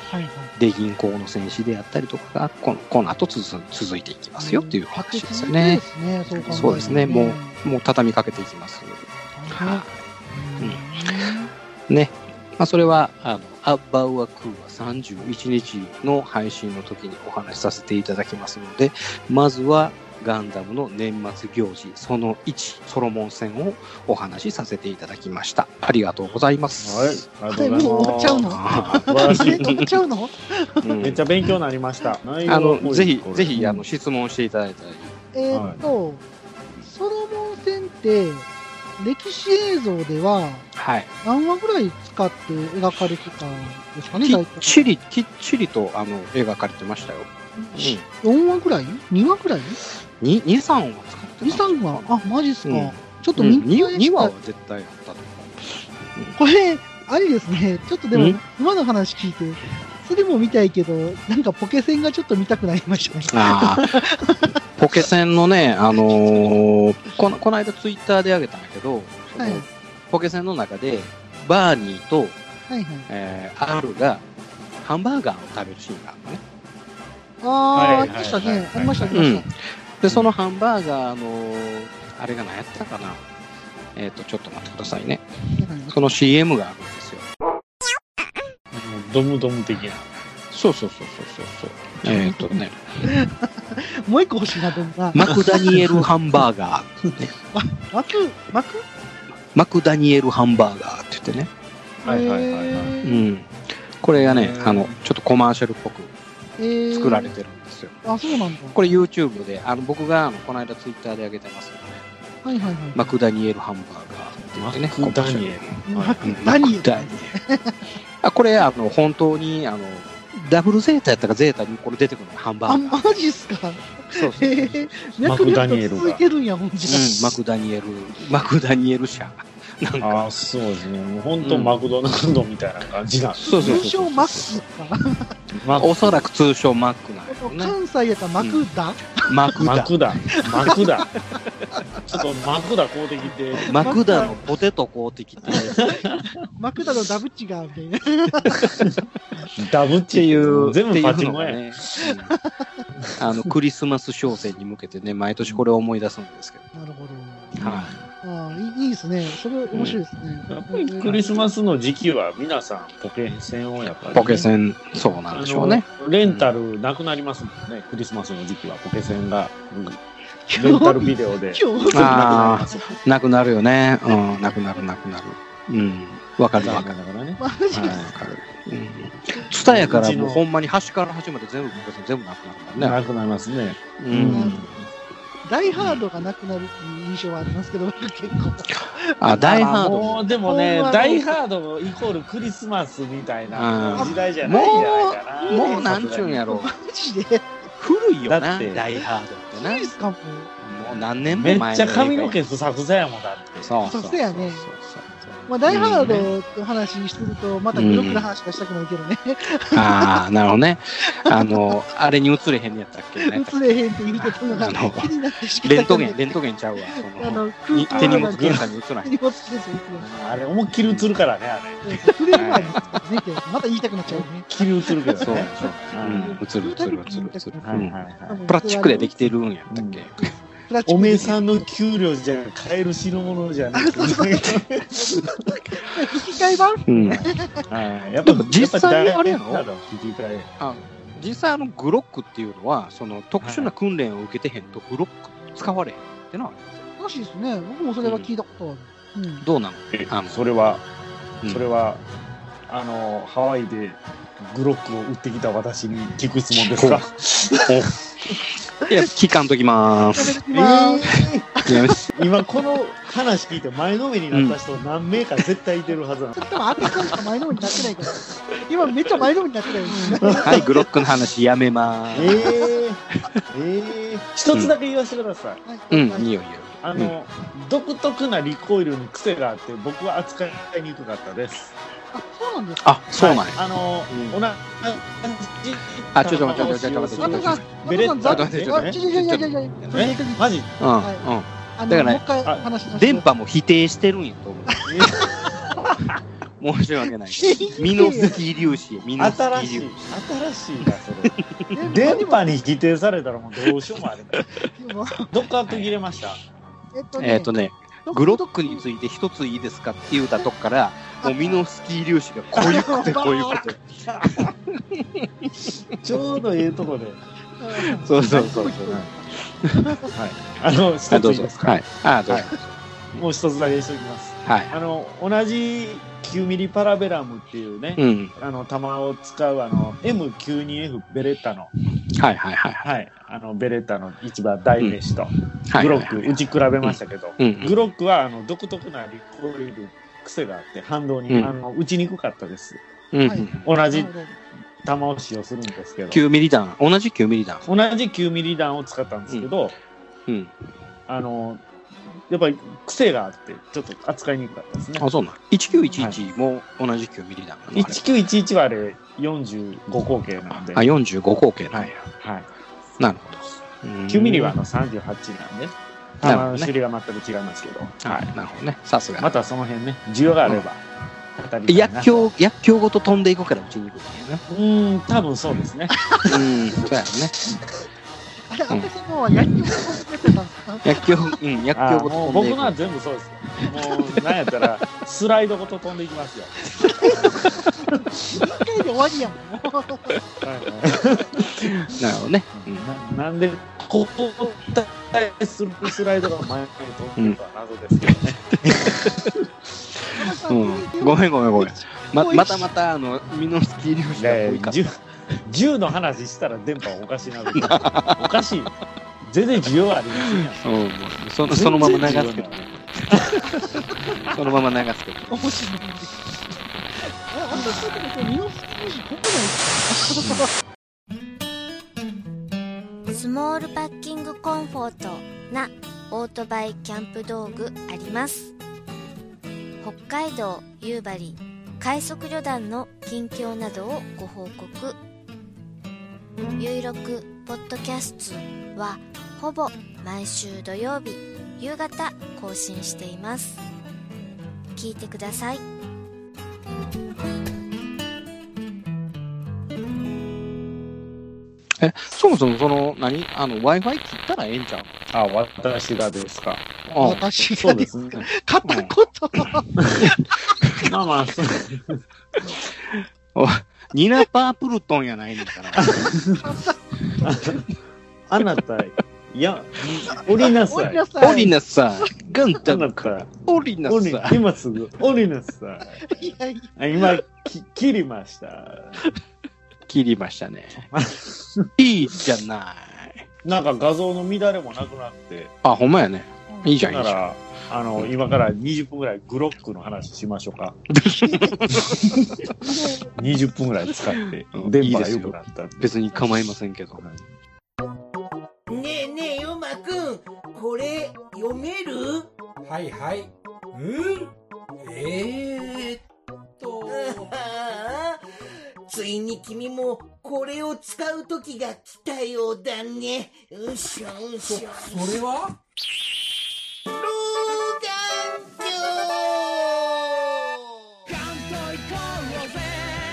はいはい。 で、銀行の戦士であったりとかが、この、この後続続いていきますよっていう話ですよね。 そうですね、そう考えるとね。 そうですね、もう、もう畳みかけていきます。 はい。 うん。ね。まあ、それは、あの、アッバウアクーはさんじゅういちにちの配信の時にお話しさせていただきますので、まずは、ガンダムの年末行事そのいちソロモン戦をお話しさせていただきました。ありがとうございます。 はい、ありがとうございます。 もう終わっちゃうの？ 素晴らしい。 終わっちゃうの？ うん、めっちゃ勉強になりました。 あのぜひぜひあの質問していただいたり。 えーっと、はい、ソロモン戦って歴史映像では何話ぐらい使って描かれてたんですかね。 きっちりきっちりとあの描かれてましたよ。 うん、よんわぐらい ?に 話ぐらいに、に、さんわ使ってた。 に、さんわあ、マジっすか。うん、ちょっと見返した、うん、にわは絶対あったと思う。これ、あれですね、ちょっとでも、今の話聞いて、それも見たいけど、なんかポケセンがちょっと見たくなりましたね。あポケセンのね、あのー、この、この間ツイッターで上げたんだけど、はい、ポケセンの中で、バーニーと、はいはいえー、アルがハンバーガーを食べるシーンがあるのね。 ああ、ありましたね。ありました、ありました。 で、そのハンバーガーの、あれが何やったかな。えっと、ちょっと待ってくださいね。その シーエム があるんですよ。 ドムドム的な。 そうそうそうそうそう。えっとね。 もう一個欲しいな、ドムが。 マクダニエルハンバーガー、ね。 マク、マクマクダニエルハンバーガーって言ってね。 はいはいはいはい。うん。 これがね、あの、ちょっとコマーシャルっぽく。作られてるんですよ。 えー、あ、そうなんだ。 これ YouTube で、あの僕があのこの間 Twitter で上げてますので、 はいはいはい。 マクダニエルハンバーガーって言ってね。 マクダニエル。 マクダニエル。 あ、これあの本当にあのダブルゼータやったかゼータにこれ出てくるのハンバーガー。あ、マジっすか。 そうそうそう。 マクダニエルが。 続いてるんやほんじゃ。 マクダニエル、マクダニエル社。 なんかあそうですね。もう本当マクドナルドみたいな感じなんです。 そうそうそう。通称マックか。おそらく通称マックなんやね。関西やったらマクダ？ マクダ。 マクダ。マクダ。ちょっとマクダ買うてきて。 マクダのポテト買うてきて。 マクダのダブチがみたいな。 ダブチいう全部パチモンやね。あのクリスマス商戦に向けてね毎年これを思い出すんですけど。 なるほど。 はい。 ああ、いいですね。それ面白いですね。 やっぱりクリスマスの時期は皆さんポケセンをやっぱり、ね、 ポケセン、そうなんでしょうね。 レンタルなくなりますもんね。クリスマスの時期はポケセンが。レンタルビデオで。 ああ、なくなるよね。うん、なくなるなくなる。うん、わかるわかる。だからね。わかる。ツタヤからもうほんまに端から端まで全部ポケセン全部なくなるもんね。 なくなりますね。 うん。ダイハードがなくなるっていう印象はありますけど、結構。 あ、ダイハードもうでもね、ダイハードイコールクリスマスみたいな時代じゃないんじゃないかな。 もう、もうなんちゅうんやろ。 マジで古いよな、ダイハードってな。 いいですかもう。 もう何年も前。めっちゃ髪の毛ふさふさやもんだって。 そうそうそうやね。まあ、ダイハードって話すると、またグロックの話がしたくなるけどね。 うん、ああ、なるほどね。あの、あれに映れへんやったっけね。 映れへんって言うてたのが気になってしかレントゲン、レントゲンちゃうわ。その手荷物検査に映らへん。 あれ、思いっきり映るからね、あれ。 触れる前にまた言いたくなっちゃうね。 思いっきり映るけどね。 そう、そう。映る、映る、映る、映る。プラスチックでできてるんやったっけ。 おめえさんの給料じゃ買える代物じゃない。吹き替え版？ うん。やっぱ実際あれやろ？ あ、 実際あのグロックっていうのはその特殊な訓練を受けてへんとグロック使われへんってのはらしいですね。僕もそれは聞いたことある。 どうなの？ あのそれはそれはあのハワイでグロックを売ってきた私に聞く質問ですか？ いや、聞かんときまーす。 えー、 今この話聞いて前のめりになった人何名か絶対いてるはずなんです。 でもあとさんしか前のめりになってないから。今めっちゃ前のめりになってない。 はい、グロックの話やめまーす。 えー、えー、一つだけ言わせてください。うん、うん、いいよいいよ。 あの、うん、独特なリコイルに癖があって僕は扱いにくかったです。 あ、そうなんですか。 あ、そうなんや。 あの、おな、 あ、ちょっと待って、ちょっと待って、ちょっと待って。 ベレッタちょっと待って、ちょっと待って。いやいやいやいやいや。 え、マジ？ うん、うん。だからね、電波も否定してるんやと思う。 申し訳ない。ミノスキー粒子、ミノスキー粒子。 新しい、新しいな、それ。電波に否定されたらもうどうしようもありません。どっか途切れました。 えっとね、えっとねグロックについて一ついいですかって言うたとこから、もうミノスキー粒子がこういうことで、こういうことで。 ちょうどいいとこで。 そうそうそうそう。はい。 あの、一ついいですか。 はい。あ、どうぞ。 もう一つだけしておきます。 はい。 あの、同じきゅうミリパラベラムっていうね、うん、あの、弾を使うあの、エムきゅうにエフ ベレッタの、 はいはいはい。 はい。あの、ベレッタの一番大名詞と、グロック、打ち比べましたけど、グロックはあの、独特なリコイル癖があって、反動に、うん、あの、打ちにくかったです。うん、同じ弾を使用するんですけど。 きゅうミリ弾、同じきゅうミリ弾。 同じきゅうミリ弾を使ったんですけど、うん。うん、あの、やっぱり癖があって、ちょっと扱いにくかったですね。 あ、そうなん。いちきゅういちいちも同じきゅうミリ弾なの、 いちきゅういちいちはあれよんじゅうご口径なんで。 あ、よんじゅうご口径なんや。 はい。はい、 なるほど。きゅうミリはあのさんじゅうはちなんで、弾の種類が全く違いますけど。 はい。なるほどね。さすが。 またその辺ね、需要があれば。 薬莢、薬莢ごと飛んでいくから打ちにくいんだよね。うん、多分そうですね。 うん、そうやね。 あれ、私も薬莢ごと飛んでたんですか？ 薬莢、うん、薬莢ごと飛んでいく。 僕のは全部そうですよ。もう、なんやったら、スライドごと飛んでいきますよ。 一回で終わりやもん。 なるほどね。 な, なんで、ここ対するスライドが前に飛んでるかは謎ですけどね。 うん、ごめんごめんごめん。ままたまたあのミノスキー粒子が多いかった。 銃の話したら電波おかしいな。おかしい。全然需要ありませんやん。うん、 そのそのまま流すけどね。そのまま流すけど。 面白い。あ、あんたそういうことミノスキー粒子ここない。スモールパッキングコンフォートなオートバイキャンプ道具あります。北海道夕張快速旅団の近況などをご報告。ゆいろくポッドキャストはほぼ毎週土曜日夕方更新しています。聞いてください。 え、そもそもその何あの Wi-Fi 切ったらええんちゃう？ あ、私がですか。 あ、私がですか。片言。 まあまあ、そう。 ニナパープルトンやないのかな。 あなた、いや、降りなさい。 降りなさい。ガンタンか。降りなさい。今すぐ降りなさい。いやいや今き、切りました。 切りましたね。いいじゃない。 なんか画像の乱れもなくなって。 あ、ほんまやね。いいじゃん、いいじゃん。 なら、あの、今からにじゅっぷんぐらいグロックの話しましょうか。にじゅっぷんぐらい使って、電波が良くなった。 別に構いませんけど。 ねえねえ、ヨマくん、これ、読める？ はいはい。うんえーっと。 ついに君もこれを使う時が来たようだね。うしょうしょ。 そ、それは？ 老眼鏡。 関東行こうぜ。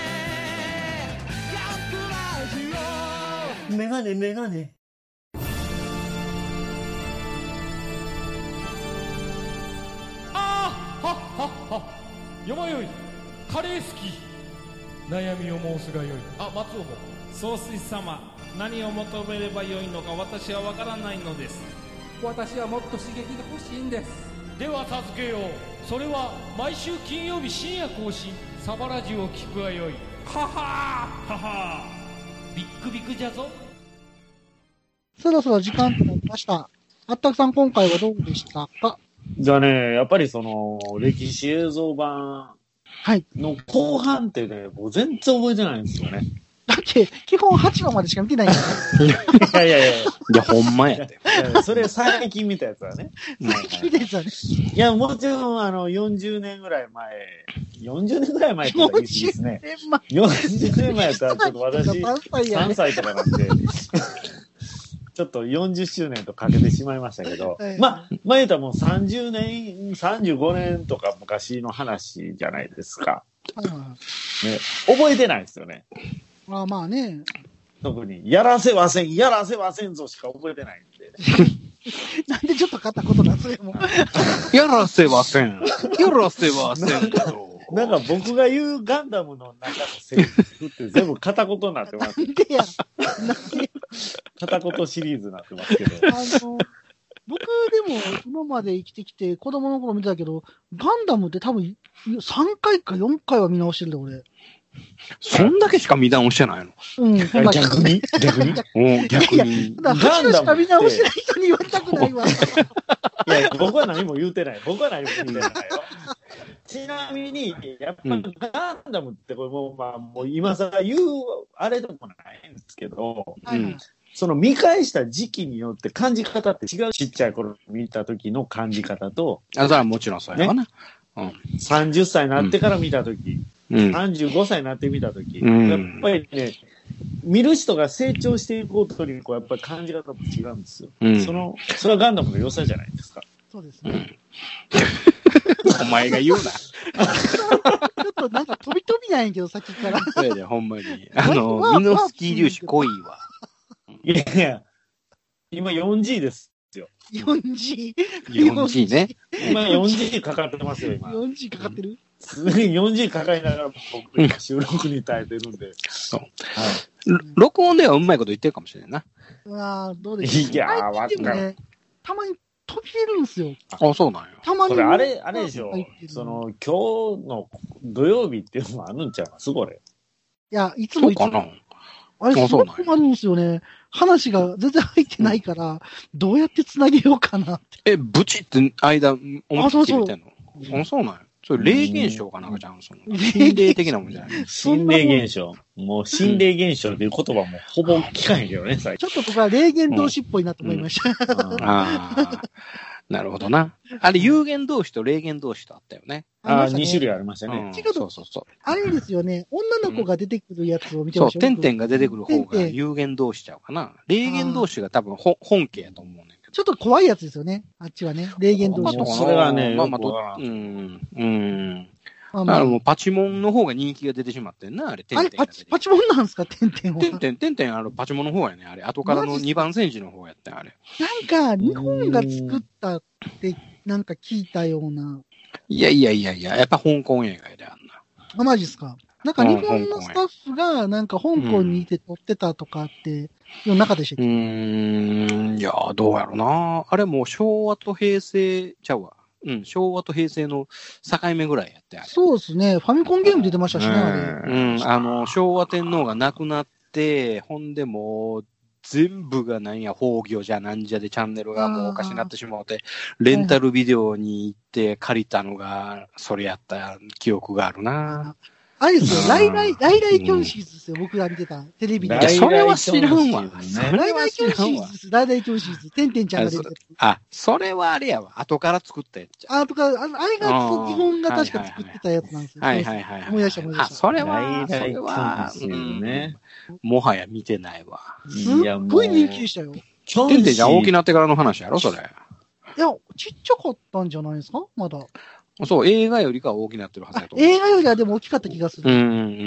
キャンプラジオ。 メガネメガネ。 あーはっはっは。よまよい。カレー好き。悩みを申すがよい。あ、松尾も総帥様、何を求めればよいのか私は分からないのです。 私はもっと刺激が欲しいんです。では授けよう。それは毎週金曜日深夜更新サバラジュを聞くがよい。ははーははービックビックじゃぞ。 そろそろ時間となりました。あったくさん今回はどうでしたか？ じゃあね、やっぱりその歴史映像版はい。の後半ってね、もう全然覚えてないんですよね。 だって、基本はちわまでしか見てないんだよ。いやいやいや。いや、ほんまやで。 それ最近見たやつはね。 最近見たやつはね。 いや、もちろん、あの、よんじゅうねんぐらい前、よんじゅうねんぐらい前って言ったらいいですね。よんじゅうねんまえやったら、ちょっと私、さんさいとかなんで、ちょっとよんじゅっしゅうねんとかけてしまいましたけど、はい、まあ、まあ言うたらもうさんじゅうねん、さんじゅうごねんとか昔の話じゃないですか。 はいはいはい。 ね、覚えてないですよね。 ああ、まあね。 特に、やらせはせん、やらせはせんぞしか覚えてないんで。 なんでちょっと買ったことなんそれも。 やらせはせん。やらせはせんけど。 なんか僕が言うガンダムの中のセリフって全部片言になってます。 なんでや。なんで片言シリーズになってますけど。 あの、僕でも今まで生きてきて子供の頃見てたけど、ガンダムって多分さんかいかよんかいは見直してるんだ俺。 そんだけしか見直してないの？ うん。 逆に逆にうん、逆に。 ガンダムしか見直してない人に言われたくないわ。いや、僕は何も言うてない。僕は何も言うてないよ。ちなみに、やっぱりガンダムってこれもう、まあ、もう今更言うあれでもないんですけど、 うん、 その見返した時期によって感じ方って違う。ちっちゃい頃見た時の感じ方と、 あ、それはもちろんそうやわな。ね、 うん、さんじゅっさいになってから見た時、うん、さんじゅうごさいになって見た時、うん、やっぱりね、見る人が成長していくことにこうやっぱり感じ方も違うんですよ、うん。その、それはガンダムの良さじゃないですか。 そうですね。 お前が言うな。ちょっとなんか飛び飛びなんやけど、さっきから。 そうやで、ほんまに。あの、ミノスキー粒子濃いわ。 いやいや、今 よんジー ですよ。 よんジー。 よんジー ね。 今 よんジー かかってますよ、今。 よんジー かかってる？ よんジー かかりながら僕今収録に耐えてるんで。 そう。はい。録音ではうまいこと言ってるかもしれないな。 ああ、どうでしょう。 いやー、わかる。 たまに飛び出るんですよ。 あ、そうなんや。 たまに。 これあれ、あれでしょ。その、今日の土曜日っていうのもあるんちゃいますこれ。 いや、いつもいつも。 そうかな。 あれ、すごくあるんですよね。話が全然入ってないから、うん、どうやって繋げようかなって。 え、ブチって間、思いっきり見てんの？あ、そうなんや。それ霊現象かなんかちゃうんその。心霊的なもんじゃない？ 心霊現象。もう心霊現象っていう言葉もほぼ聞かへんけどね、最近。ちょっと僕は霊言同士っぽいなと思いました。うんうん、 ああ。なるほどな。あれ、有限同士と霊言同士とあったよね。 ああ、に種類ありましたね。 違う、 そうそうそう。 あれですよね。女の子が出てくるやつを見てましょう。 そう、点々が出てくる方が有限同士ちゃうかな。霊言同士が多分本家やと思うねんけど。 ちょっと怖いやつですよね。あっちはね。霊言同士。 それはね、 まあまあ、うん、うん。だからもうパチモンの方が人気が出てしまってんな、あれ、 てんてん。あれ、パチ、パチモンなんすか、てんてんは。 てんてん、てんてん、あの、パチモンの方やね、あれ。後からのにばん戦時の方やったあれ。 なんか、日本が作ったって、なんか聞いたような。 いやいやいやいや、やっぱ香港映画やで、あんな。 あ、マジっすか。なんか日本のスタッフが、なんか香港にいて撮ってたとかって、世の中でしたっけ？ うーん、いや、どうやろな。あれもう昭和と平成ちゃうわ。うん、昭和と平成の境目ぐらいやってあれ。 そうですね。ファミコンゲーム出てましたしね、あれ。うん、あの、昭和天皇が亡くなって、ほんでもう、全部がなんや、崩御じゃなんじゃでチャンネルがもうおかしになってしまって、レンタルビデオに行って借りたのが、それやった記憶があるな。 あれですよ、ライライ、ライライキョンシーズですよ、僕が見てた。テレビで。 それは知らんわ。 ライライキョンシーズです。ライライキョンシーズ。てんてんちゃんが出てる。 あ、それはあれやわ。後から作ったやつ。 あ、とか、あれが、日本が確か作ってたやつなんですよ。 はいはいはい。 思い出した思い出した。 あ、それは、それは、もはや見てないわ。 すっごい人気でしたよ。 てんてんじゃ大きなってからの話やろ、それ。 いや、ちっちゃかったんじゃないですかまだ。 そう、映画よりかは大きくなってるはずだと思う。 映画よりはでも大きかった気がする。 うん。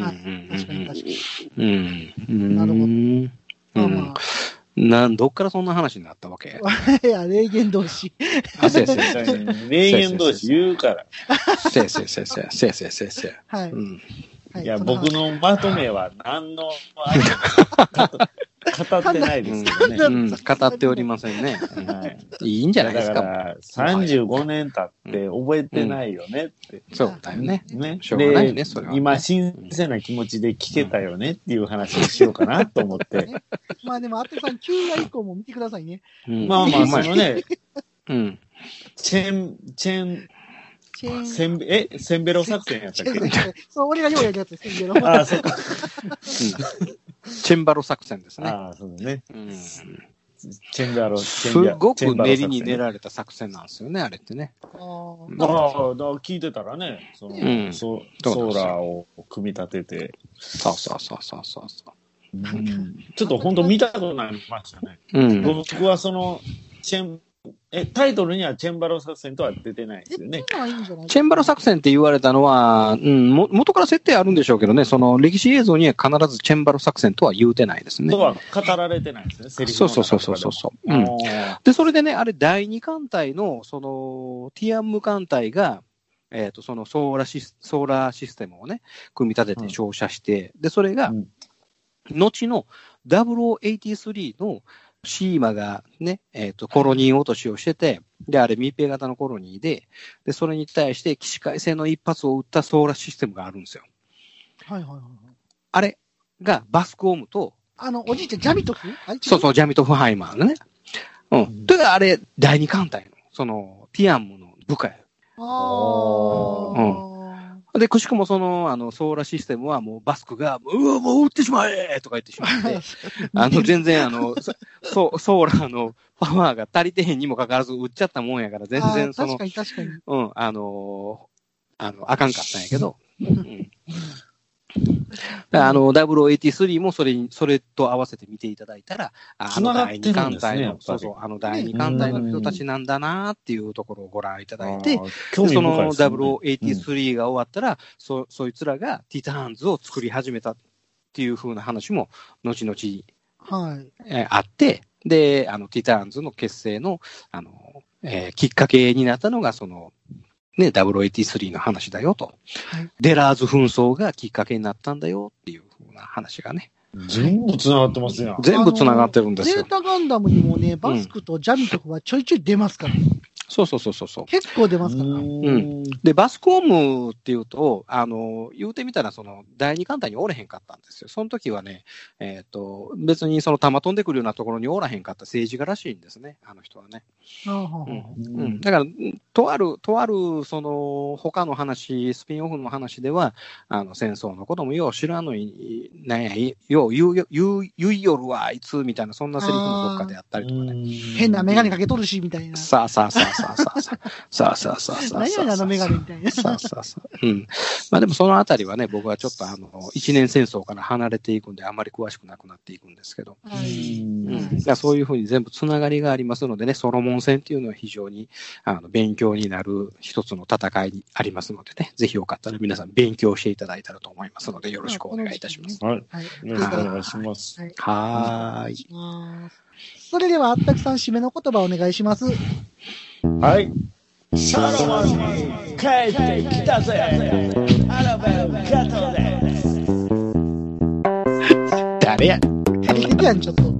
はい。確かに確かに。 うん。なるほど。まあまあ。なん、どっからそんな話になったわけ？ いや、霊言同士。 あ、せいせい。 霊言同士言うから。 せいせいせいせい。せいせいせいせい。 はい。 いや、僕のまとめは何の、あれ語ってないですけどね。 うん、語っておりませんね。はい、いいんじゃないですか。 だから、さんじゅうごねん経って覚えてないよねって。 そうだよね。 ね。 しょうがないね、それは。 今、新鮮な気持ちで聞けたよねっていう話をしようかなと思って。 まあでも、あってさん、きゅうわ以降も見てくださいね。 まあまあ、そのね、 うん。 チェン、チェン、せんべ、え、せんべろ作戦やったっけ？ そう、俺がようやるやつ、せんべろ。 ああ、そうか。 チェンバロ作戦ですね。 ああ、そうだね。うん。チェンバロ、 すごく練りに練られた作戦なんですよね、あれってね。 ああ、聞いてたらね、その、うん、ソーラーを組み立てて。 そうそうそうそうそうそう、 うん。ちょっと本当見たことなりましたね。うん。僕はその、チェン、 え、タイトルにはチェンバロ作戦とは出てないですよね。 出てないんじゃない？ チェンバロ作戦って言われたのは、うん、も元から設定あるんでしょうけどね、その歴史映像には必ずチェンバロ作戦とは言うてないですね。 とは語られてないですね、セリフそうの中そうそうそうそう、うん。で、それでね、あれだいに艦隊の、その、ティアンム艦隊が、えっと、そのソーラシス、ソーラーシステムをね、組み立てて照射して、うん、で、それが、うん、後のダブルオーエイティースリーのシーマがね、えっと、コロニー落としをしてて、で、あれ密閉型のコロニーで、で、それに対して起死回生の一発を撃ったソーラーシステムがあるんですよ。 はいはいはい。 あれがバスクオムと、 あの、おじいちゃん、ジャミトフ？ そうそう、ジャミトフハイマーのね。うん。うん、で、あれ、だいに艦隊の、その、ティアンムの部下や。 ああ。 うん。で、くしくもその、あの、ソーラーシステムはもうバスクが、うわ、もう撃ってしまえとか言ってしまって、あの、全然あの、ソ、ソーラーのパワーが足りてへんにもかかわらず撃っちゃったもんやから、全然その、 確かに確かに。 うん、あの、あの、あかんかったんやけど、うん。あの、ダブルオーエイティースリーもそれに、それと合わせて見ていただいたら、あのだいに艦隊の、そうそう、あのだいに艦隊の人たちなんだなっていうところをご覧いただいて、で、その ダブルオーエイティースリー が終わったら、そ、そいつらがティターンズを作り始めたっていう風な話も、後々、 はい。 えー、あって、で、あの、ティターンズの結成の、あの、えー、きっかけになったのが、その、ね、ダブルオーエイティースリー の話だよと、はい。デラーズ紛争がきっかけになったんだよっていうふうな話がね。 全部繋がってますよ。 全部繋がってるんですよ。 ゼータガンダムにもね、バスクとジャミトフはちょいちょい出ますから。うん、 そうそうそうそう。 結構出ますから。うん。で、バスコームっていうと、あの、言うてみたら、その、だいに艦隊におれへんかったんですよ。その時はね、えっと、別にその弾飛んでくるようなところにおらへんかった政治家らしいんですね、あの人はね。うん。うん。だから、とある、とある、その、他の話、スピンオフの話では、あの、戦争のこともよう知らんのに、なんや、よう言う、言う、言いよるわ、あいつ、みたいな、そんなセリフもどっかであったりとかね。 変なメガネかけとるし、みたいな。 さあさあさあさあさあさあ。さあさあさあさあ。 何やねん、あのメガネみたいな。 さあさあさあ。うん。まあでもそのあたりはね、僕はちょっとあの、一年戦争から離れていくんで、あまり詳しくなくなっていくんですけど。はい。うん。だそういうふうに全部つながりがありますのでね、ソロモン戦っていうのは非常に、あの、勉強になる一つの戦いにありますのでね、ぜひよかったら皆さん勉強していただいたらと思いますので、よろしくお願いいたします。 はい。はい。よろしくお願いします。 はい。はーい。 それでは、あったくさん締めの言葉お願いします。 はい。ソロモンに帰ってきたぜ。アラベルガトです。 誰や？ 照れてるやん、ちょっと。